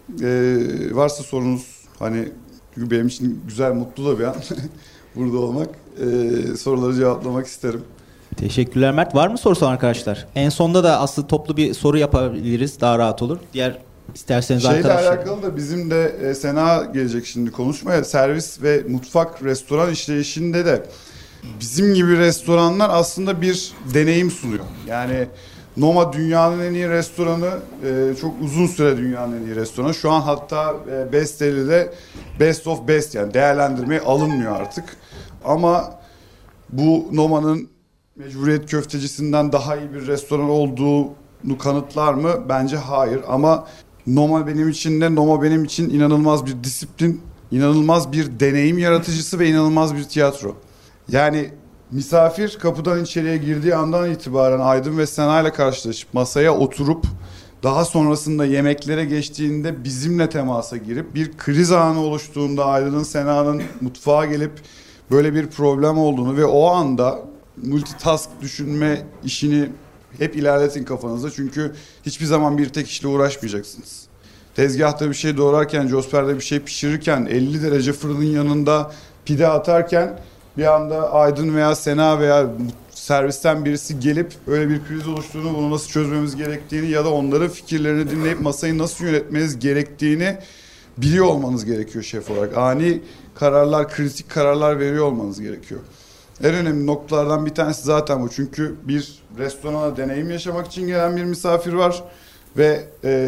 Varsa sorunuz, hani çünkü benim için güzel, mutlu da bir an burada olmak. Soruları cevaplamak isterim. Teşekkürler Mert. Var mı sorusu arkadaşlar? En sonda da aslında toplu bir soru yapabiliriz. Daha rahat olur. Diğer isterseniz şeyle arkadaşlar. alakalı da bizim de Sena gelecek şimdi konuşmaya. Servis ve mutfak, restoran işleyişinde de bizim gibi restoranlar aslında bir deneyim sunuyor. Yani Noma dünyanın en iyi restoranı, çok uzun süre dünyanın en iyi restoranı. Şu an hatta Besteli'de Best of Best, yani değerlendirmeye alınmıyor artık. Ama bu Noma'nın Mecburiyet Köftecisi'nden daha iyi bir restoran olduğunu kanıtlar mı? Bence hayır. Ama Noma benim için inanılmaz bir disiplin, inanılmaz bir deneyim yaratıcısı ve inanılmaz bir tiyatro. Yani misafir kapıdan içeriye girdiği andan itibaren Aydın ve Sena ile karşılaşıp masaya oturup daha sonrasında yemeklere geçtiğinde bizimle temasa girip bir kriz anı oluştuğunda Aydın'ın, Sena'nın mutfağa gelip böyle bir problem olduğunu ve o anda multitask düşünme işini hep ilerletin kafanızda. Çünkü hiçbir zaman bir tek işle uğraşmayacaksınız. Tezgahta bir şey doğrarken, Josper'de bir şey pişirirken, 50 derece fırının yanında pide atarken bir anda Aydın veya Sena veya servisten birisi gelip öyle bir kriz oluştuğunu, bunu nasıl çözmemiz gerektiğini ya da onların fikirlerini dinleyip masayı nasıl yönetmeniz gerektiğini biliyor olmanız gerekiyor şef olarak. Ani kararlar, kritik kararlar veriyor olmanız gerekiyor. En önemli noktalardan bir tanesi zaten bu. Çünkü bir restorana deneyim yaşamak için gelen bir misafir var ve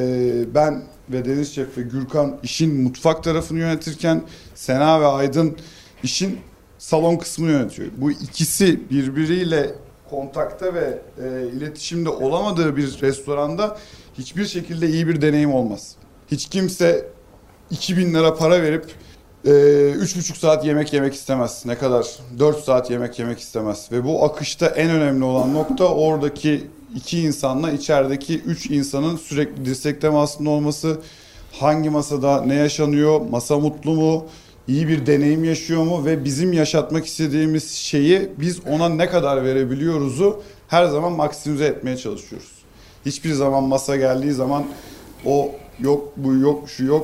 ben ve Deniz Şef ve Gürkan işin mutfak tarafını yönetirken Sena ve Aydın işin salon kısmını yönetiyor. Bu ikisi birbiriyle kontakta ve iletişimde olamadığı bir restoranda hiçbir şekilde iyi bir deneyim olmaz. Hiç kimse 2000 lira para verip 3,5 saat yemek istemez. Ne kadar? 4 saat yemek istemez. Ve bu akışta en önemli olan nokta oradaki 2 insanla içerideki 3 insanın sürekli dirsek temasında olması. Hangi masada ne yaşanıyor? Masa mutlu mu? İyi bir deneyim yaşıyor mu? Ve bizim yaşatmak istediğimiz şeyi biz ona ne kadar verebiliyoruzu her zaman maksimize etmeye çalışıyoruz. Hiçbir zaman masa geldiği zaman o yok, bu yok, şu yok.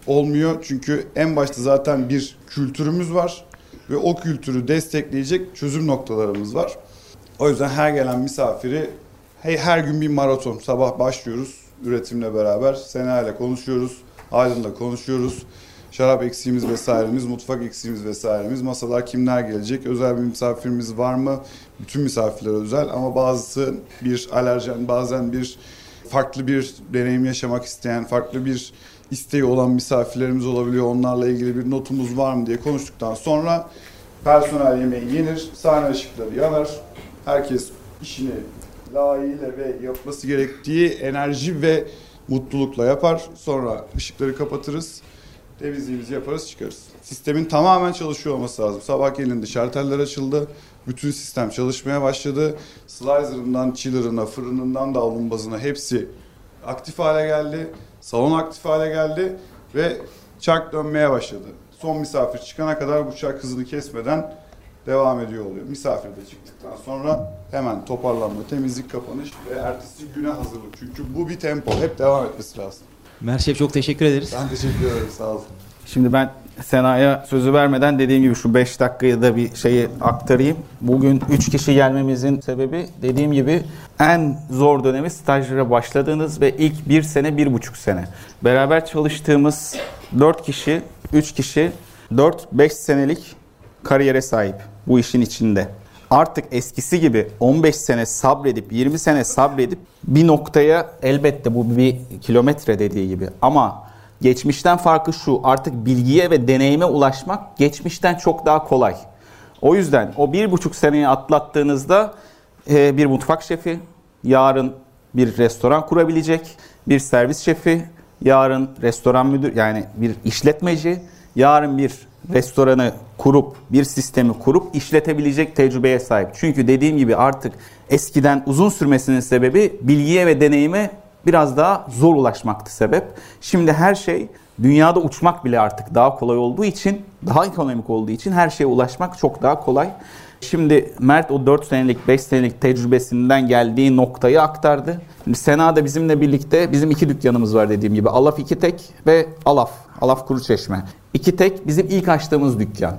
olmuyor. Çünkü en başta zaten bir kültürümüz var ve o kültürü destekleyecek çözüm noktalarımız var. O yüzden her gelen misafiri her gün bir maraton. Sabah başlıyoruz üretimle beraber. Sena ile konuşuyoruz, Aydın'la konuşuyoruz. Şarap eksiğimiz vesairemiz, mutfak eksiğimiz vesairemiz, masalar kimler gelecek, özel bir misafirimiz var mı? Bütün misafirler özel ama bazısı bir alerjen, bazen bir farklı bir deneyim yaşamak isteyen, farklı bir isteği olan misafirlerimiz olabiliyor. Onlarla ilgili bir notumuz var mı diye konuştuktan sonra personel yemeği yenir, sahne ışıkları yanar. Herkes işini layığıyla ve yapması gerektiği enerji ve mutlulukla yapar. Sonra ışıkları kapatırız. Temizliğimizi yaparız, çıkarız. Sistemin tamamen çalışıyor olması lazım. Sabah gelindi, şarteller açıldı. Bütün sistem çalışmaya başladı. Slicer'ından, chiller'ına, fırınından da avlumbazına hepsi aktif hale geldi. Salon aktif hale geldi ve çark dönmeye başladı. Son misafir çıkana kadar bu çark hızını kesmeden devam ediyor oluyor. Misafir de çıktıktan sonra hemen toparlanma, temizlik, kapanış ve ertesi güne hazırlık. Çünkü bu bir tempo. Hep devam etmesi lazım. Mer Şef çok teşekkür ederiz. Ben teşekkür ederim. Sağ olun. Şimdi ben Sena'ya sözü vermeden dediğim gibi şu 5 dakikayı da bir şeyi aktarayım. Bugün 3 kişi gelmemizin sebebi dediğim gibi en zor dönemi stajyere başladığınız ve ilk 1 sene, 1,5 sene. Beraber çalıştığımız 4 kişi, 3 kişi 4-5 senelik kariyere sahip bu işin içinde. Artık eskisi gibi 15 sene sabredip 20 sene sabredip bir noktaya elbette bu bir kilometre dediği gibi ama geçmişten farkı şu, artık bilgiye ve deneyime ulaşmak geçmişten çok daha kolay. O yüzden o 1,5 seneyi atlattığınızda bir mutfak şefi, yarın bir restoran kurabilecek, bir servis şefi, yarın restoran müdür yani bir işletmeci, yarın bir restoranı kurup, bir sistemi kurup işletebilecek tecrübeye sahip. Çünkü dediğim gibi artık eskiden uzun sürmesinin sebebi bilgiye ve deneyime biraz daha zor ulaşmaktı sebep. Şimdi her şey dünyada uçmak bile artık daha kolay olduğu için, daha ekonomik olduğu için her şeye ulaşmak çok daha kolay. Şimdi Mert o 4 senelik, 5 senelik tecrübesinden geldiği noktayı aktardı. Şimdi Sena da bizimle birlikte, bizim 2 dükkanımız var dediğim gibi. Alaf 2 Tek ve Alaf Kuruçeşme. 2 Tek bizim ilk açtığımız dükkan.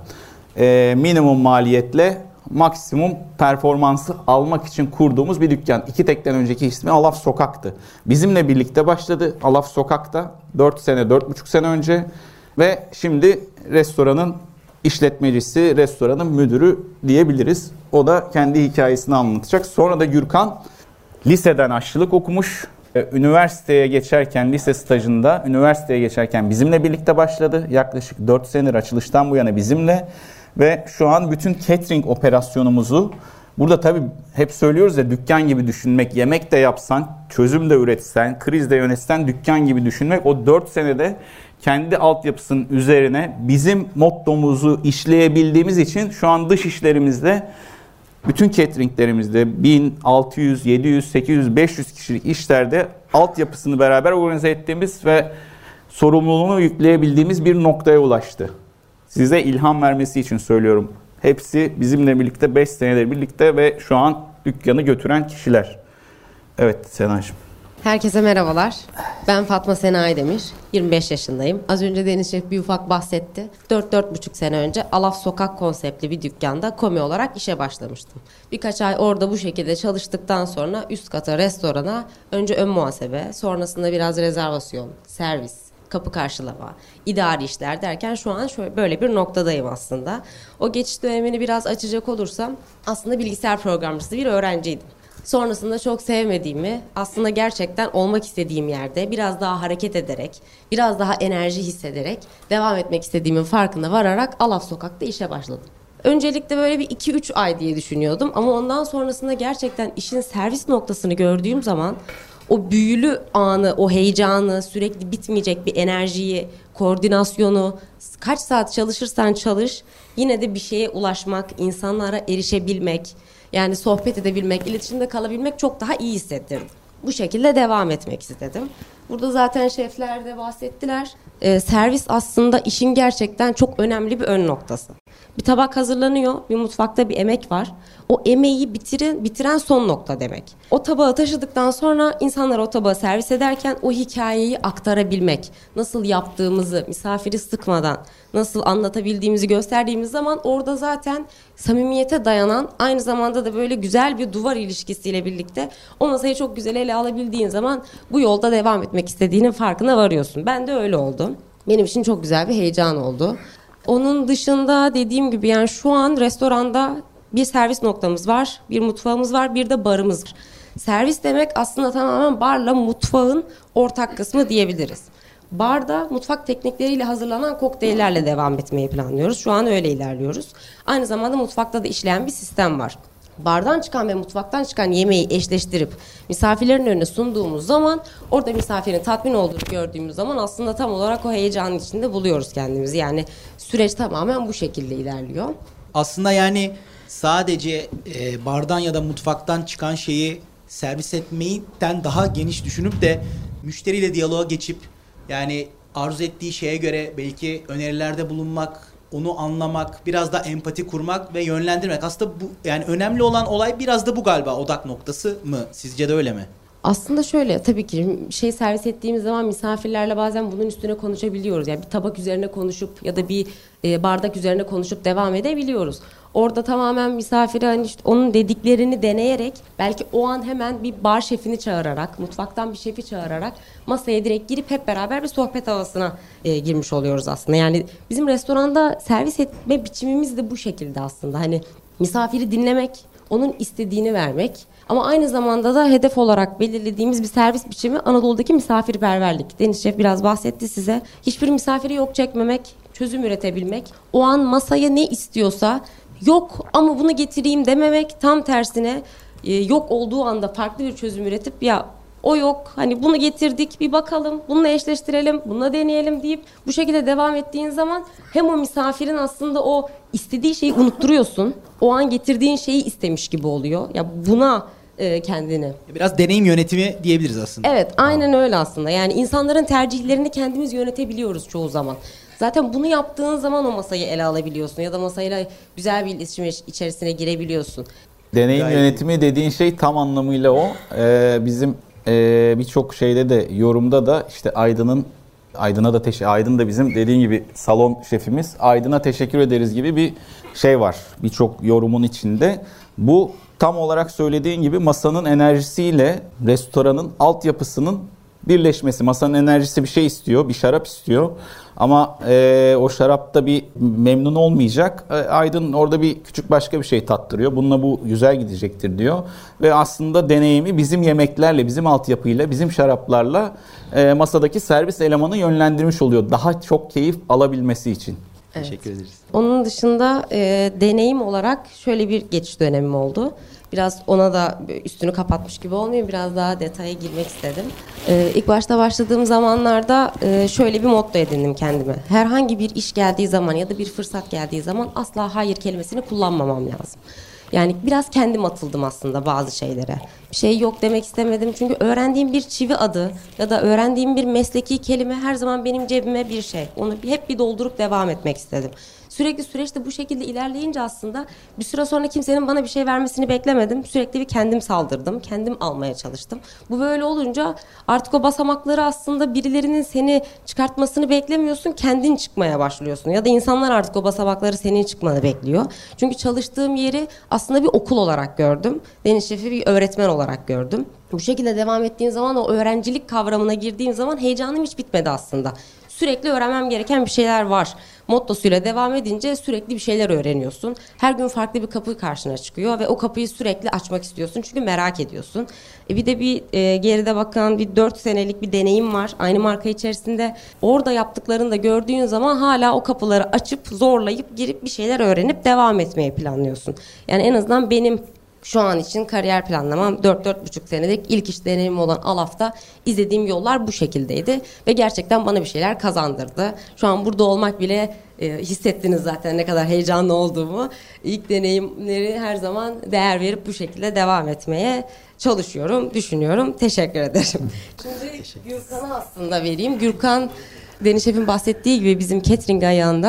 Minimum maliyetle maksimum performansı almak için kurduğumuz bir dükkan. 2 Tek'ten önceki ismi Alaf Sokak'tı. Bizimle birlikte başladı Alaf Sokak'ta 4 sene, 4,5 sene önce ve şimdi restoranın işletmecisi, restoranın müdürü diyebiliriz. O da kendi hikayesini anlatacak. Sonra da Gürkan liseden aşçılık okumuş. Üniversiteye geçerken, lise stajında üniversiteye geçerken bizimle birlikte başladı. Yaklaşık 4 senedir açılıştan bu yana bizimle. Ve şu an bütün catering operasyonumuzu, burada tabii hep söylüyoruz ya, dükkan gibi düşünmek, yemek de yapsan, çözüm de üretsen, kriz de yönetsen dükkan gibi düşünmek. O 4 senede kendi altyapısının üzerine bizim mottomuzu işleyebildiğimiz için şu an dış işlerimizde, bütün cateringlerimizde 1600, 700, 800, 500 kişilik işlerde altyapısını beraber organize ettiğimiz ve sorumluluğunu yükleyebildiğimiz bir noktaya ulaştı. Size ilham vermesi için söylüyorum. Hepsi bizimle birlikte 5 senedir birlikte ve şu an dükkanı götüren kişiler. Evet Sena'cığım. Herkese merhabalar. Ben Fatma Sena Aydemir. 25 yaşındayım. Az önce Deniz Şef bir ufak bahsetti. 4-4,5 sene önce Alaf Sokak konseptli bir dükkanda komi olarak işe başlamıştım. Birkaç ay orada bu şekilde çalıştıktan sonra üst kata restorana önce ön muhasebe, sonrasında biraz rezervasyon, servis, kapı karşılama, idari işler derken şu an böyle bir noktadayım aslında. O geçiş dönemini biraz açacak olursam aslında bilgisayar programcısı bir öğrenciydim. Sonrasında çok sevmediğimi, aslında gerçekten olmak istediğim yerde biraz daha hareket ederek, biraz daha enerji hissederek devam etmek istediğimin farkına vararak Alaf Sokak'ta işe başladım. Öncelikle böyle bir 2-3 ay diye düşünüyordum ama ondan sonrasında gerçekten işin servis noktasını gördüğüm zaman o büyülü anı, o heyecanı, sürekli bitmeyecek bir enerjiyi, koordinasyonu, kaç saat çalışırsan çalış, yine de bir şeye ulaşmak, insanlara erişebilmek, yani sohbet edebilmek, iletişimde kalabilmek çok daha iyi hissettirdi. Bu şekilde devam etmek istedim. Burada zaten şefler de bahsettiler. Servis aslında işin gerçekten çok önemli bir ön noktası. Bir tabak hazırlanıyor, bir mutfakta bir emek var. O emeği bitiren son nokta demek. O tabağı taşıdıktan sonra insanlara o tabağı servis ederken o hikayeyi aktarabilmek, nasıl yaptığımızı, misafiri sıkmadan, nasıl anlatabildiğimizi gösterdiğimiz zaman orada zaten samimiyete dayanan, aynı zamanda da böyle güzel bir duvar ilişkisiyle birlikte o masayı çok güzel ele alabildiğin zaman bu yolda devam etmek istediğinin farkına varıyorsun. Ben de öyle oldu. Benim için çok güzel bir heyecan oldu. Onun dışında dediğim gibi yani şu an restoranda bir servis noktamız var, bir mutfağımız var, bir de barımız var. Servis demek aslında tamamen barla mutfağın ortak kısmı diyebiliriz. Barda mutfak teknikleriyle hazırlanan kokteyllerle devam etmeyi planlıyoruz. Şu an öyle ilerliyoruz. Aynı zamanda mutfakta da işleyen bir sistem var. Bardan çıkan ve mutfaktan çıkan yemeği eşleştirip misafirlerin önüne sunduğumuz zaman orada misafirin tatmin olduğunu gördüğümüz zaman aslında tam olarak o heyecanın içinde buluyoruz kendimizi. Yani süreç tamamen bu şekilde ilerliyor. Aslında yani sadece bardan ya da mutfaktan çıkan şeyi servis etmeyden daha geniş düşünüp de müşteriyle diyaloğa geçip yani arzu ettiği şeye göre belki önerilerde bulunmak, onu anlamak, biraz da empati kurmak ve yönlendirmek. Aslında bu yani önemli olan olay biraz da bu galiba, odak noktası mı? Sizce de öyle mi? Aslında şöyle, tabii ki servis ettiğimiz zaman misafirlerle bazen bunun üstüne konuşabiliyoruz. Yani bir tabak üzerine konuşup ya da bir bardak üzerine konuşup devam edebiliyoruz. Orada tamamen misafire hani işte onun dediklerini deneyerek, belki o an hemen bir bar şefini çağırarak, mutfaktan bir şefi çağırarak masaya direkt girip hep beraber bir sohbet havasına girmiş oluyoruz aslında. Yani bizim restoranda servis etme biçimimiz de bu şekilde aslında. Hani misafiri dinlemek, onun istediğini vermek. Ama aynı zamanda da hedef olarak belirlediğimiz bir servis biçimi Anadolu'daki misafirperverlik. Deniz Şef biraz bahsetti size. Hiçbir misafiri yok çekmemek, çözüm üretebilmek. O an masaya ne istiyorsa yok ama bunu getireyim dememek, tam tersine yok olduğu anda farklı bir çözüm üretip ya o yok hani bunu getirdik bir bakalım bununla eşleştirelim bununla deneyelim deyip bu şekilde devam ettiğin zaman hem o misafirin aslında o istediği şeyi unutturuyorsun, o an getirdiğin şeyi istemiş gibi oluyor ya buna kendini. Biraz deneyim yönetimi diyebiliriz aslında. Evet, aynen öyle aslında. Yani insanların tercihlerini kendimiz yönetebiliyoruz çoğu zaman. Zaten bunu yaptığın zaman o masayı ele alabiliyorsun ya da masayla güzel bir iletişim içerisine girebiliyorsun. Deneyim yönetimi dediğin şey tam anlamıyla o. Bizim birçok şeyde de, yorumda da işte Aydın da bizim dediğin gibi salon şefimiz. Aydın'a teşekkür ederiz gibi bir şey var birçok yorumun içinde. Bu tam olarak söylediğin gibi masanın enerjisiyle restoranın altyapısının birleşmesi. Masanın enerjisi bir şey istiyor, bir şarap istiyor. Ama o şarapta bir memnun olmayacak. Aydın orada bir küçük başka bir şey tattırıyor. Bununla bu güzel gidecektir diyor. Ve aslında deneyimi bizim yemeklerle, bizim altyapıyla, bizim şaraplarla masadaki servis elemanı yönlendirmiş oluyor. Daha çok keyif alabilmesi için. Evet. Teşekkür ederiz. Onun dışında deneyim olarak şöyle bir geçiş dönemim oldu. Biraz ona da üstünü kapatmış gibi olmayayım. Biraz daha detaya girmek istedim. İlk başta başladığım zamanlarda şöyle bir motto edindim kendime. Herhangi bir iş geldiği zaman ya da bir fırsat geldiği zaman asla hayır kelimesini kullanmamam lazım. Yani biraz kendim atıldım aslında bazı şeylere. Bir şey yok demek istemedim. Çünkü öğrendiğim bir çivi adı ya da öğrendiğim bir mesleki kelime her zaman benim cebime bir şey. Onu hep bir doldurup devam etmek istedim. Sürekli süreçte bu şekilde ilerleyince aslında bir süre sonra kimsenin bana bir şey vermesini beklemedim. Sürekli bir kendim saldırdım. Kendim almaya çalıştım. Bu böyle olunca artık o basamakları aslında birilerinin seni çıkartmasını beklemiyorsun. Kendin çıkmaya başlıyorsun. Ya da insanlar artık o basamakları senin çıkmanı bekliyor. Çünkü çalıştığım yeri aslında bir okul olarak gördüm. Deniz Şef'i bir öğretmen olarak gördüm. Bu şekilde devam ettiğin zaman o öğrencilik kavramına girdiğim zaman heyecanım hiç bitmedi aslında. Sürekli öğrenmem gereken bir şeyler var mottosuyla devam edince sürekli bir şeyler öğreniyorsun. Her gün farklı bir kapı karşına çıkıyor ve o kapıyı sürekli açmak istiyorsun çünkü merak ediyorsun. Bir de geride bakan bir 4 senelik bir deneyim var aynı marka içerisinde. Orada yaptıklarını da gördüğün zaman hala o kapıları açıp zorlayıp girip bir şeyler öğrenip devam etmeyi planlıyorsun. Yani en azından benim şu an için kariyer planlamam 4-4,5 senelik ilk iş deneyimim olan Alaf'ta izlediğim yollar bu şekildeydi. Ve gerçekten bana bir şeyler kazandırdı. Şu an burada olmak bile hissettiniz zaten ne kadar heyecanlı olduğumu. İlk deneyimleri her zaman değer verip bu şekilde devam etmeye çalışıyorum, düşünüyorum. Teşekkür ederim. Şimdi Gürkan'a aslında vereyim. Gürkan, Deniz Şef'in bahsettiği gibi bizim catering ayağında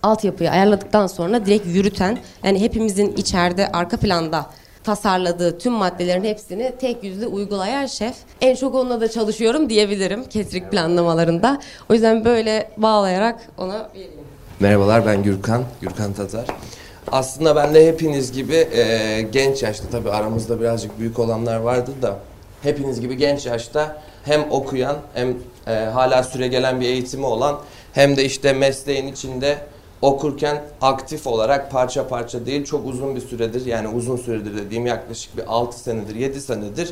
altyapıyı ayarladıktan sonra direkt yürüten, yani hepimizin içeride arka planda tasarladığı tüm maddelerin hepsini tek yüzlü uygulayan şef. En çok onunla da çalışıyorum diyebilirim catering planlamalarında. O yüzden böyle bağlayarak ona vereyim. Merhabalar, ben Gürkan Tatar. Aslında ben de hepiniz gibi genç yaşta, tabii aramızda birazcık büyük olanlar vardı da, hepiniz gibi genç yaşta hem okuyan hem hala süregelen bir eğitimi olan hem de işte mesleğin içinde okurken aktif olarak parça parça değil çok uzun bir süredir, yani uzun süredir dediğim yaklaşık bir 6 senedir 7 senedir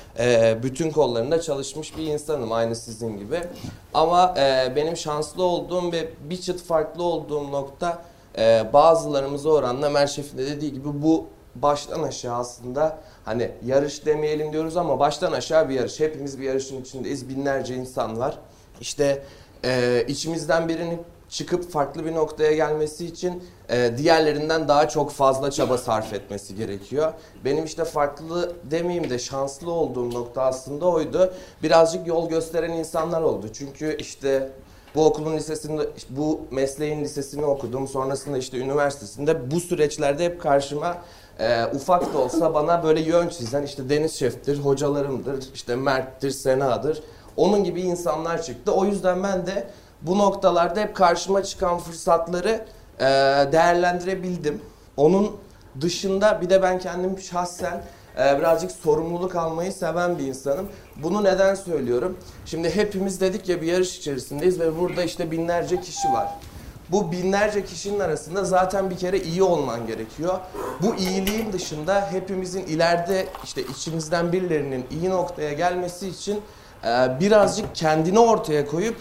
bütün kollarında çalışmış bir insanım, aynı sizin gibi. Ama benim şanslı olduğum ve bir çıt farklı olduğum nokta bazılarımıza oranla Ömer Şef'in de dediği gibi bu baştan aşağı aslında hani yarış demeyelim diyoruz ama baştan aşağı bir yarış. Hepimiz bir yarışın içindeyiz. Binlerce insan var. İşte içimizden birinin çıkıp farklı bir noktaya gelmesi için diğerlerinden daha çok fazla çaba sarf etmesi gerekiyor. Benim işte farklı demeyeyim de şanslı olduğum nokta aslında oydu. Birazcık yol gösteren insanlar oldu. Çünkü işte bu okulun lisesinde, bu mesleğin lisesini okudum. Sonrasında işte üniversitesinde bu süreçlerde hep karşıma ufak da olsa bana böyle yön çizen işte Deniz Şef'tir, hocalarımdır, işte Mert'tir, Sena'dır. Onun gibi insanlar çıktı. O yüzden ben de bu noktalarda hep karşıma çıkan fırsatları değerlendirebildim. Onun dışında bir de ben kendim şahsen birazcık sorumluluk almayı seven bir insanım. Bunu neden söylüyorum? Şimdi hepimiz dedik ya bir yarış içerisindeyiz ve burada işte binlerce kişi var. Bu binlerce kişinin arasında zaten bir kere iyi olman gerekiyor. Bu iyiliğin dışında hepimizin ileride işte içimizden birilerinin iyi noktaya gelmesi için birazcık kendini ortaya koyup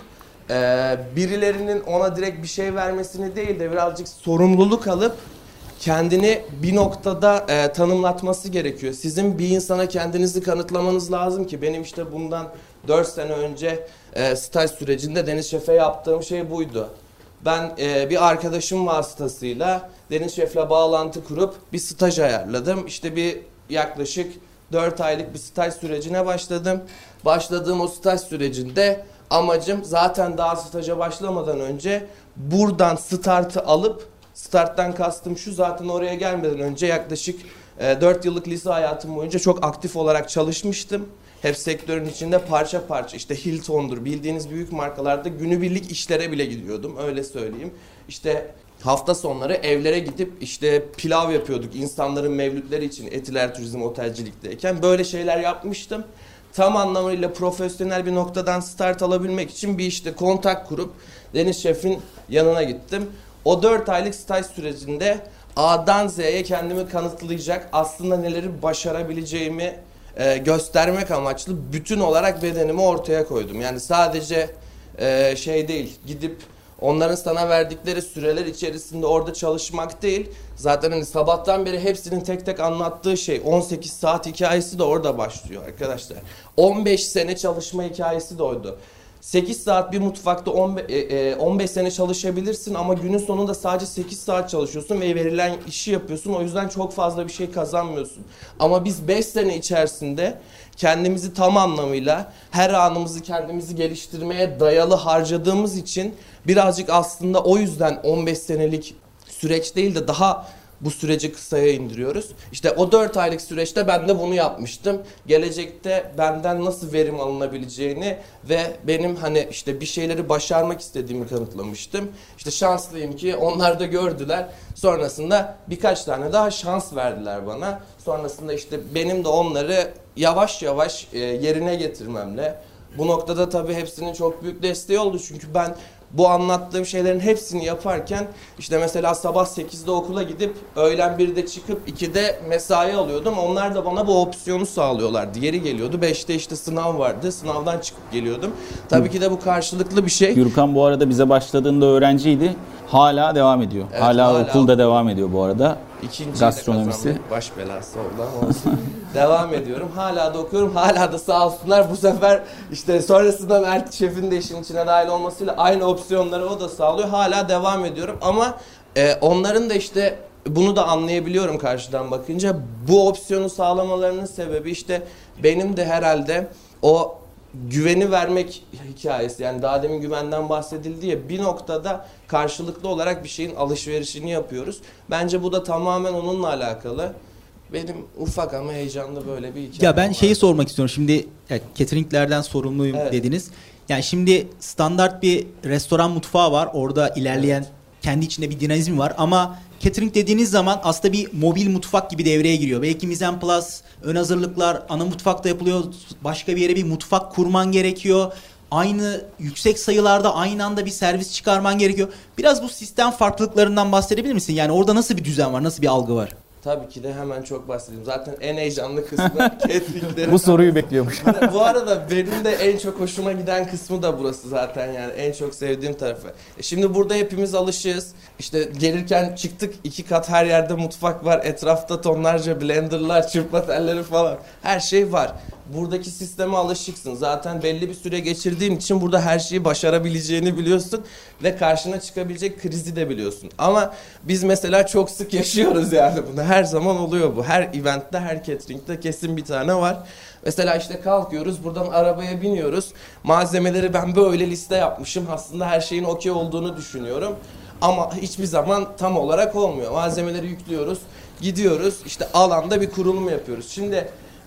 birilerinin ona direkt bir şey vermesini değil de birazcık sorumluluk alıp kendini bir noktada tanımlatması gerekiyor. Sizin bir insana kendinizi kanıtlamanız lazım ki benim işte bundan 4 sene önce staj sürecinde Deniz Şef'e yaptığım şey buydu. Ben bir arkadaşım vasıtasıyla Deniz Şef'le bağlantı kurup bir staj ayarladım. İşte bir yaklaşık 4 aylık bir staj sürecine başladım. Başladığım o staj sürecinde amacım zaten daha staja başlamadan önce buradan startı alıp, starttan kastım şu, zaten oraya gelmeden önce yaklaşık 4 yıllık lise hayatım boyunca çok aktif olarak çalışmıştım. Hep sektörün içinde parça parça işte Hilton'dur, bildiğiniz büyük markalarda günübirlik işlere bile gidiyordum, öyle söyleyeyim. İşte hafta sonları evlere gidip işte pilav yapıyorduk insanların mevlütleri için Etiler Turizm Otelcilikteyken, böyle şeyler yapmıştım. Tam anlamıyla profesyonel bir noktadan start alabilmek için bir işte kontak kurup Deniz Şef'in yanına gittim. O 4 aylık staj sürecinde A'dan Z'ye kendimi kanıtlayacak, aslında neleri başarabileceğimi göstermek amaçlı bütün olarak bedenimi ortaya koydum. Yani sadece şey değil, gidip onların sana verdikleri süreler içerisinde orada çalışmak değil. Zaten hani sabahtan beri hepsinin tek tek anlattığı şey 18 saat hikayesi de orada başlıyor arkadaşlar. 15 sene çalışma hikayesi de oydu. 8 saat bir mutfakta 15 sene çalışabilirsin ama günün sonunda sadece 8 saat çalışıyorsun ve verilen işi yapıyorsun. O yüzden çok fazla bir şey kazanmıyorsun. Ama biz 5 sene içerisinde kendimizi tam anlamıyla her anımızı kendimizi geliştirmeye dayalı harcadığımız için birazcık aslında o yüzden 15 senelik süreç değil de daha bu süreci kısaya indiriyoruz. İşte o 4 aylık süreçte ben de bunu yapmıştım. Gelecekte benden nasıl verim alınabileceğini ve benim hani işte bir şeyleri başarmak istediğimi kanıtlamıştım. İşte şanslıyım ki onlar da gördüler. Sonrasında birkaç tane daha şans verdiler bana. Sonrasında işte benim de onları yavaş yavaş yerine getirmemle. Bu noktada tabii hepsinin çok büyük desteği oldu. Çünkü ben bu anlattığım şeylerin hepsini yaparken işte mesela sabah 8'de okula gidip öğlen 1'de çıkıp 2'de mesai alıyordum. Onlar da bana bu opsiyonu sağlıyorlardı. Yeri geliyordu. 5'te işte sınav vardı. Sınavdan çıkıp geliyordum. Tabii ki de bu karşılıklı bir şey. Gürkan bu arada bize başladığında öğrenciydi. Hala devam ediyor. Evet, hala okulda devam ediyor bu arada. İkinciyi gastronomisi. de kazandım. Baş belası oldu ama olsun. Devam ediyorum. Hala da okuyorum. Hala da sağ olsunlar. Bu sefer işte sonrasında Mert Şef'in de işin içine dahil olmasıyla aynı opsiyonları o da sağlıyor. Hala devam ediyorum ama onların da işte bunu da anlayabiliyorum karşıdan bakınca. Bu opsiyonu sağlamalarının sebebi işte benim de herhalde o güveni vermek hikayesi. Yani daha demin güvenden bahsedildi ya, bir noktada karşılıklı olarak bir şeyin alışverişini yapıyoruz. Bence bu da tamamen onunla alakalı. Benim ufak ama heyecanlı böyle bir hikaye. Ya ben şeyi sormak istiyorum. Şimdi cateringlerden sorumluyum Evet. dediniz. Yani şimdi standart bir restoran mutfağı var. Orada ilerleyen kendi içinde bir dinamizm var ama catering dediğiniz zaman aslında bir mobil mutfak gibi devreye giriyor. Belki mise en place, ön hazırlıklar ana mutfakta yapılıyor. Başka bir yere bir mutfak kurman gerekiyor. Aynı yüksek sayılarda aynı anda bir servis çıkarman gerekiyor. Biraz bu sistem farklılıklarından bahsedebilir misin? Yani orada nasıl bir düzen var, nasıl bir algı var? Tabii ki de hemen çok bahsedeyim. Zaten en heyecanlı kısmı cateringlerin. Bu soruyu bekliyormuş. Bu arada benim de en çok hoşuma giden kısmı da burası zaten, yani en çok sevdiğim tarafı. Şimdi burada hepimiz alışığız. İşte gelirken çıktık, 2 kat her yerde mutfak var. Etrafta tonlarca blenderlar, çırpma telleri falan. Her şey var. Buradaki sisteme alışıksın. Zaten belli bir süre geçirdiğin için burada her şeyi başarabileceğini biliyorsun ve karşına çıkabilecek krizi de biliyorsun. Ama biz mesela çok sık yaşıyoruz yani bunu. Her zaman oluyor bu. Her eventte, her catering'de kesin bir tane var. Mesela işte kalkıyoruz, buradan arabaya biniyoruz. Malzemeleri ben böyle liste yapmışım. Aslında her şeyin okey olduğunu düşünüyorum. Ama hiçbir zaman tam olarak olmuyor. Malzemeleri yüklüyoruz, gidiyoruz. İşte alanda bir kurulum yapıyoruz. Şimdi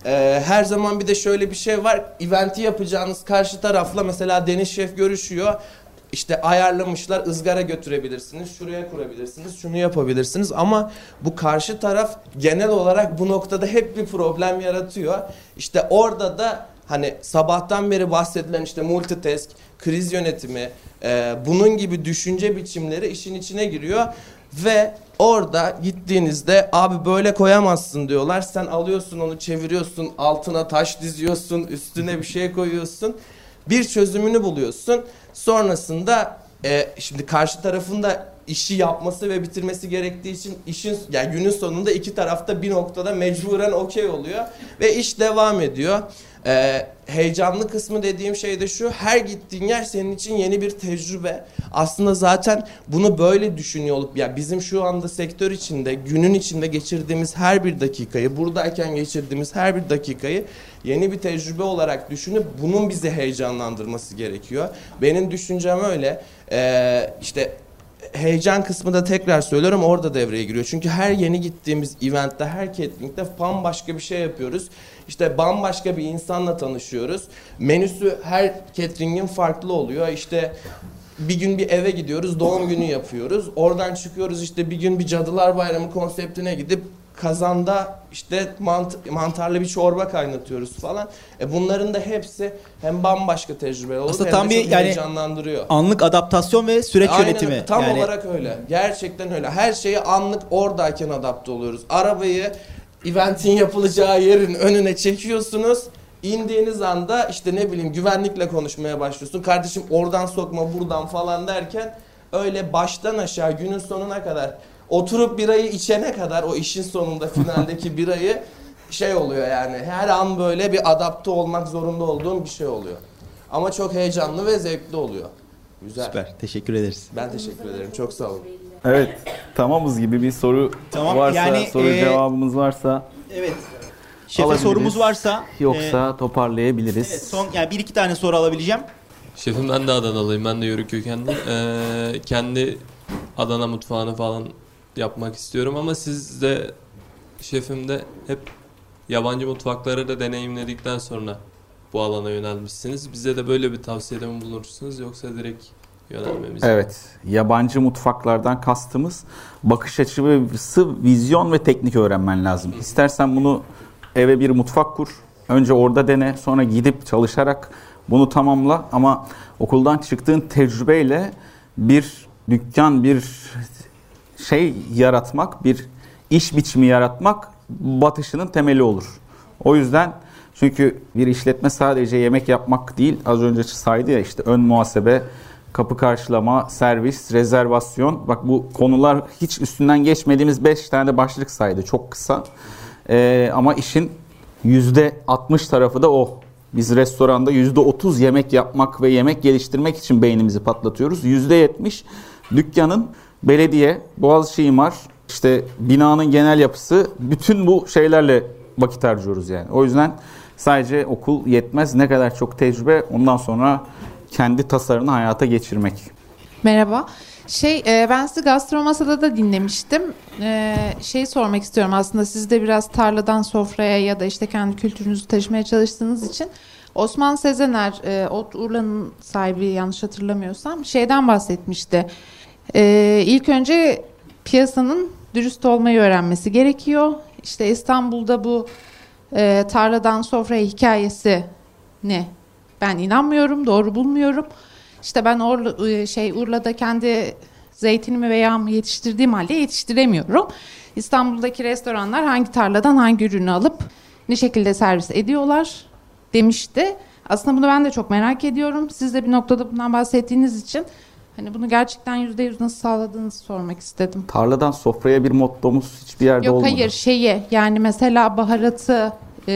her zaman bir de şöyle bir şey var. Eventi yapacağınız karşı tarafla mesela Deniz Şef görüşüyor. İşte ayarlamışlar, ızgara götürebilirsiniz, şuraya kurabilirsiniz, şunu yapabilirsiniz. Ama bu karşı taraf genel olarak bu noktada hep bir problem yaratıyor. İşte orada da hani sabahtan beri bahsedilen işte multitask, kriz yönetimi, bunun gibi düşünce biçimleri işin içine giriyor. Ve orada gittiğinizde abi böyle koyamazsın diyorlar. Sen alıyorsun onu, çeviriyorsun, altına taş diziyorsun, üstüne bir şey koyuyorsun. Bir çözümünü buluyorsun. Sonrasında şimdi karşı tarafın da işi yapması ve bitirmesi gerektiği için işin, yani günün sonunda iki tarafta bir noktada mecburen okey oluyor ve iş devam ediyor. Heyecanlı kısmı dediğim şey de şu: her gittiğin yer senin için yeni bir tecrübe. Aslında zaten bunu böyle düşünüyor olup, ya bizim şu anda sektör içinde günün içinde geçirdiğimiz her bir dakikayı, buradayken geçirdiğimiz her bir dakikayı yeni bir tecrübe olarak düşünüp bunun bizi heyecanlandırması gerekiyor. Benim düşüncem öyle. İşte heyecan kısmı da tekrar söylüyorum orada devreye giriyor. Çünkü her yeni gittiğimiz eventte, her catering'de bambaşka bir şey yapıyoruz. İşte bambaşka bir insanla tanışıyoruz. Menüsü her catering'in farklı oluyor. İşte bir gün bir eve gidiyoruz, doğum günü yapıyoruz. Oradan çıkıyoruz, işte bir gün bir Cadılar Bayramı konseptine gidip kazanda işte mantarlı bir çorba kaynatıyoruz falan. Bunların da hepsi hem bambaşka tecrübeler olur, aslında hem tam de bir çok yani heyecanlandırıyor. anlık adaptasyon ve süreç yönetimi. Aynen, tam yani olarak öyle. Gerçekten öyle. Her şeye anlık oradayken adapte oluyoruz. Arabayı eventin yapılacağı yerin önüne çekiyorsunuz. İndiğiniz anda işte ne bileyim güvenlikle konuşmaya başlıyorsun. Kardeşim oradan sokma, buradan falan derken öyle baştan aşağı günün sonuna kadar, oturup birayı içene kadar, o işin sonunda finaldeki birayı şey oluyor yani. Her an böyle bir adapte olmak zorunda olduğum bir şey oluyor. Ama çok heyecanlı ve zevkli oluyor. Güzel. süper. Teşekkür ederiz. Ben teşekkür ederim. Çok sağ olun. Evet, tamamız gibi bir soru Tamam, varsa, yani, soru cevabımız varsa Evet. Şefe alabiliriz. sorumuz varsa Yoksa toparlayabiliriz. evet, son yani bir iki tane soru alabileceğim. Şefim ben de Adanalıyım. Ben de Yörük kökenli. Kendi Adana mutfağını falan yapmak istiyorum ama siz de şefim de hep yabancı mutfakları da deneyimledikten sonra bu alana yönelmişsiniz. Bize de böyle bir tavsiyede mi bulunursunuz yoksa direkt yönelmemiz? Evet, yabancı mutfaklardan kastımız bakış açısı, vizyon ve teknik öğrenmen lazım. İstersen bunu eve bir mutfak kur, önce orada dene, sonra gidip çalışarak bunu tamamla. Ama okuldan çıktığın tecrübeyle bir dükkan, bir şey yaratmak, bir iş biçimi yaratmak batışının temeli olur. O yüzden, çünkü bir işletme sadece yemek yapmak değil, az önce saydı ya işte ön muhasebe, kapı karşılama, servis, rezervasyon. Bak bu konular hiç üstünden geçmediğimiz 5 tane de başlık saydı. Çok kısa. Ama işin %60 tarafı da o. Biz restoranda %30 yemek yapmak ve yemek geliştirmek için beynimizi patlatıyoruz. %70 dükkanın, belediye, Boğaziçi İmar, işte binanın genel yapısı, bütün bu şeylerle vakit harcıyoruz yani. O yüzden Sadece okul yetmez. Ne kadar çok tecrübe, ondan sonra kendi tasarını hayata geçirmek. Merhaba. Ben sizi Gastromasa'da da dinlemiştim. Sormak istiyorum aslında, siz de biraz tarladan sofraya ya da işte kendi kültürünüzü taşımaya çalıştığınız için. Osman Sezener, Ot Urla'nın sahibi yanlış hatırlamıyorsam şeyden bahsetmişti. İlk önce piyasanın dürüst olmayı öğrenmesi gerekiyor. İşte İstanbul'da bu tarladan sofraya hikayesini ben inanmıyorum, doğru bulmuyorum. İşte ben Urla'da kendi zeytinimi ve yağımı yetiştirdiğim halde yetiştiremiyorum. İstanbul'daki restoranlar hangi tarladan hangi ürünü alıp ne şekilde servis ediyorlar demişti. Aslında bunu ben de çok merak ediyorum. Siz de bir noktada bundan bahsettiğiniz için hani bunu gerçekten %100 nasıl sağladığınızı sormak istedim. Tarladan sofraya bir mottomuz hiçbir yerde olmadı. Yok hayır yani mesela baharatı,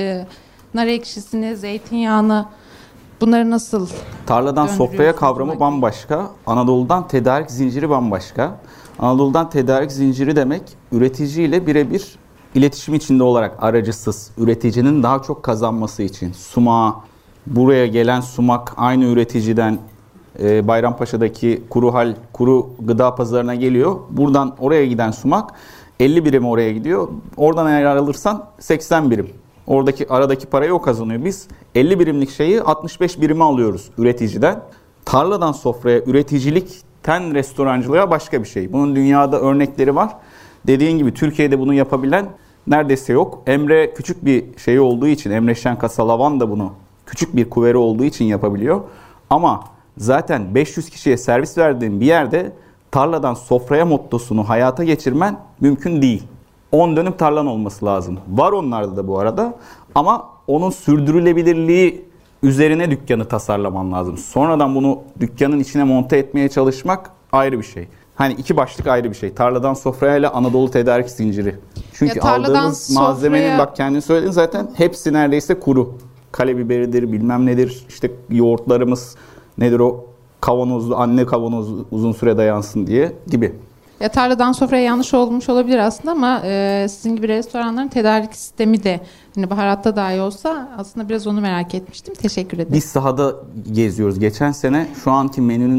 nar ekşisini, zeytinyağını, bunları nasıl? Tarladan sofraya kavramı bambaşka. Anadolu'dan tedarik zinciri bambaşka. Anadolu'dan tedarik zinciri demek üreticiyle birebir iletişim içinde olarak aracısız, üreticinin daha çok kazanması için sumağı, buraya gelen sumak aynı üreticiden Bayrampaşa'daki kuru gıda pazarına geliyor. Buradan oraya giden sumak 50 birim oraya gidiyor. Oradan eğer alırsan 80 birim. Oradaki aradaki parayı o kazanıyor. Biz 50 birimlik şeyi 65 birime alıyoruz üreticiden. Tarladan sofraya, üreticilikten restorancılığa başka bir şey. Bunun dünyada örnekleri var. Dediğin gibi Türkiye'de bunu yapabilen neredeyse yok. Emre küçük bir şey olduğu için, Emre Şen Kasalavan da bunu küçük bir kuvveti olduğu için yapabiliyor. Ama zaten 500 kişiye servis verdiğin bir yerde tarladan sofraya mottosunu hayata geçirmen mümkün değil. 10 dönüm tarlan olması lazım. Var onlarda da bu arada ama onun sürdürülebilirliği üzerine dükkanı tasarlaman lazım. Sonradan bunu dükkanın içine monte etmeye çalışmak ayrı bir şey. Hani iki başlık ayrı bir şey. Tarladan sofraya ile Anadolu tedarik zinciri. Çünkü aldığımız malzemenin bak kendin söyledin zaten hepsi neredeyse kuru. Kale biberidir, bilmem nedir. İşte yoğurtlarımız nedir o kavanozlu, anne kavanozu uzun süre dayansın diye gibi. Ya tarladan sofraya yanlış olmuş olabilir aslında ama sizin gibi restoranların tedarik sistemi de hani baharatta dahi olsa aslında biraz onu merak etmiştim. Teşekkür ederim. Biz sahada geziyoruz. Geçen sene şu anki menünün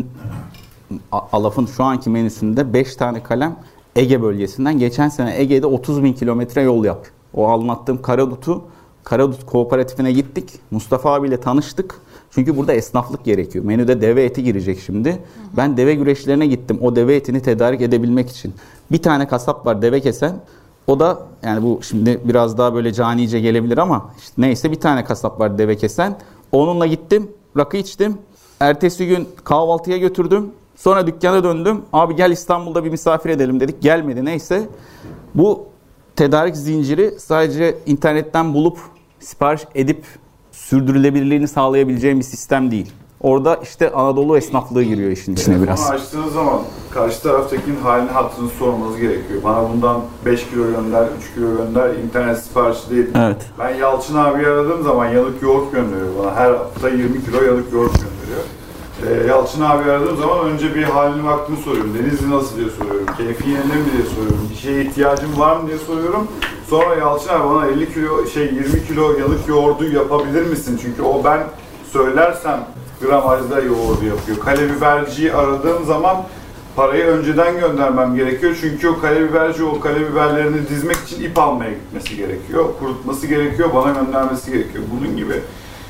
Alaf'ın şu anki menüsünde 5 tane kalem Ege bölgesinden. Geçen sene Ege'de 30.000 kilometre yol yaptık. O anlattığım Karadut Kooperatifine gittik. Mustafa abiyle tanıştık. Çünkü burada esnaflık gerekiyor. Menüde deve eti girecek şimdi. Ben deve güreşlerine gittim. O deve etini tedarik edebilmek için. Bir tane kasap var deve kesen. O da yani bu şimdi biraz daha böyle canice gelebilir ama işte neyse bir tane kasap var deve kesen. Onunla gittim. Rakı içtim. Ertesi gün kahvaltıya götürdüm. Sonra dükkana döndüm. Abi gel İstanbul'da bir misafir edelim dedik. Gelmedi neyse. Bu tedarik zinciri sadece internetten bulup sipariş edip sürdürülebilirliğini sağlayabileceğim bir sistem değil. Orada işte Anadolu esnaflığı giriyor işin içine biraz. Telefonu açtığınız zaman karşı taraftakinin halini hatırını sormanız gerekiyor. Bana bundan 5 kilo gönder, 3 kilo gönder, internet siparişi değil. Evet. Ben Yalçın abi aradığım zaman yanık yoğurt gönderiyor bana. Her hafta 20 kilo yanık yoğurt gönderiyor. Yalçın abi aradığım zaman önce bir halini vaktini soruyorum. Denizli nasıl diye soruyorum. Keyfi yerinde mi diye soruyorum. Bir şeye ihtiyacım var mı diye soruyorum. Sonra Yalçın abi bana 20 kilo yanık yoğurdu yapabilir misin? Çünkü o ben söylersem gramajda yoğurdu yapıyor. Kalebiberciyi aradığım zaman parayı önceden göndermem gerekiyor. Çünkü o kalebiberci o kalebiberlerini dizmek için ip almaya gitmesi gerekiyor. Kurutması gerekiyor, bana göndermesi gerekiyor. Bunun gibi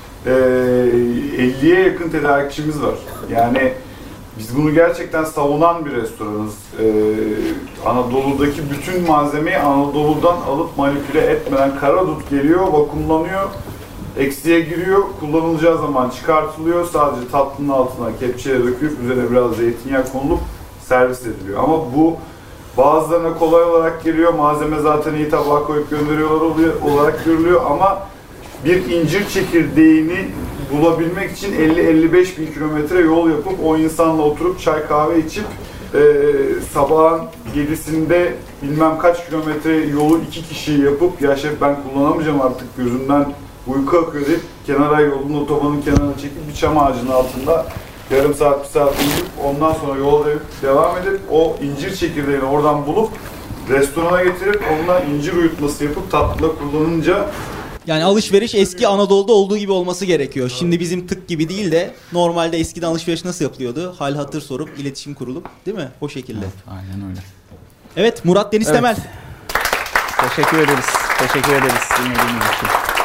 50'ye yakın tedarikçimiz var. Yani biz bunu gerçekten savunan bir restoranız. Anadolu'daki bütün malzemeyi Anadolu'dan alıp manipüle etmeden karadut geliyor, vakumlanıyor, eksiye giriyor, kullanılacağı zaman çıkartılıyor. Sadece tatlının altına kepçeye dökülüp üzerine biraz zeytinyağı konulup servis ediliyor. Ama bu bazılarına kolay olarak geliyor. Malzeme zaten iyi tabağa koyup gönderiyorlar olarak görülüyor ama bir incir çekirdeğini bulabilmek için 50-55 bin kilometre yol yapıp o insanla oturup çay kahve içip sabahın 7'sinde bilmem kaç kilometre yolu 2 kişi yapıp ya şef ben kullanamayacağım artık gözümden uyku akıyor deyip kenara yolun otobanın kenarına çekip bir çam ağacının altında yarım saat bir saat uyuyup ondan sonra yola devam edip o incir çekirdeğini oradan bulup restorana getirip onunla incir uyutması yapıp tatlıda kullanınca Yani alışveriş eski Anadolu'da olduğu gibi olması gerekiyor. Şimdi bizim tık gibi değil de normalde eskiden alışveriş nasıl yapılıyordu? Hal hatır sorup iletişim kurulup, değil mi? O şekilde. Evet, aynen öyle. Evet, Murat Deniz Evet. Temel. Teşekkür ederiz. Teşekkür ederiz dinlediğiniz için.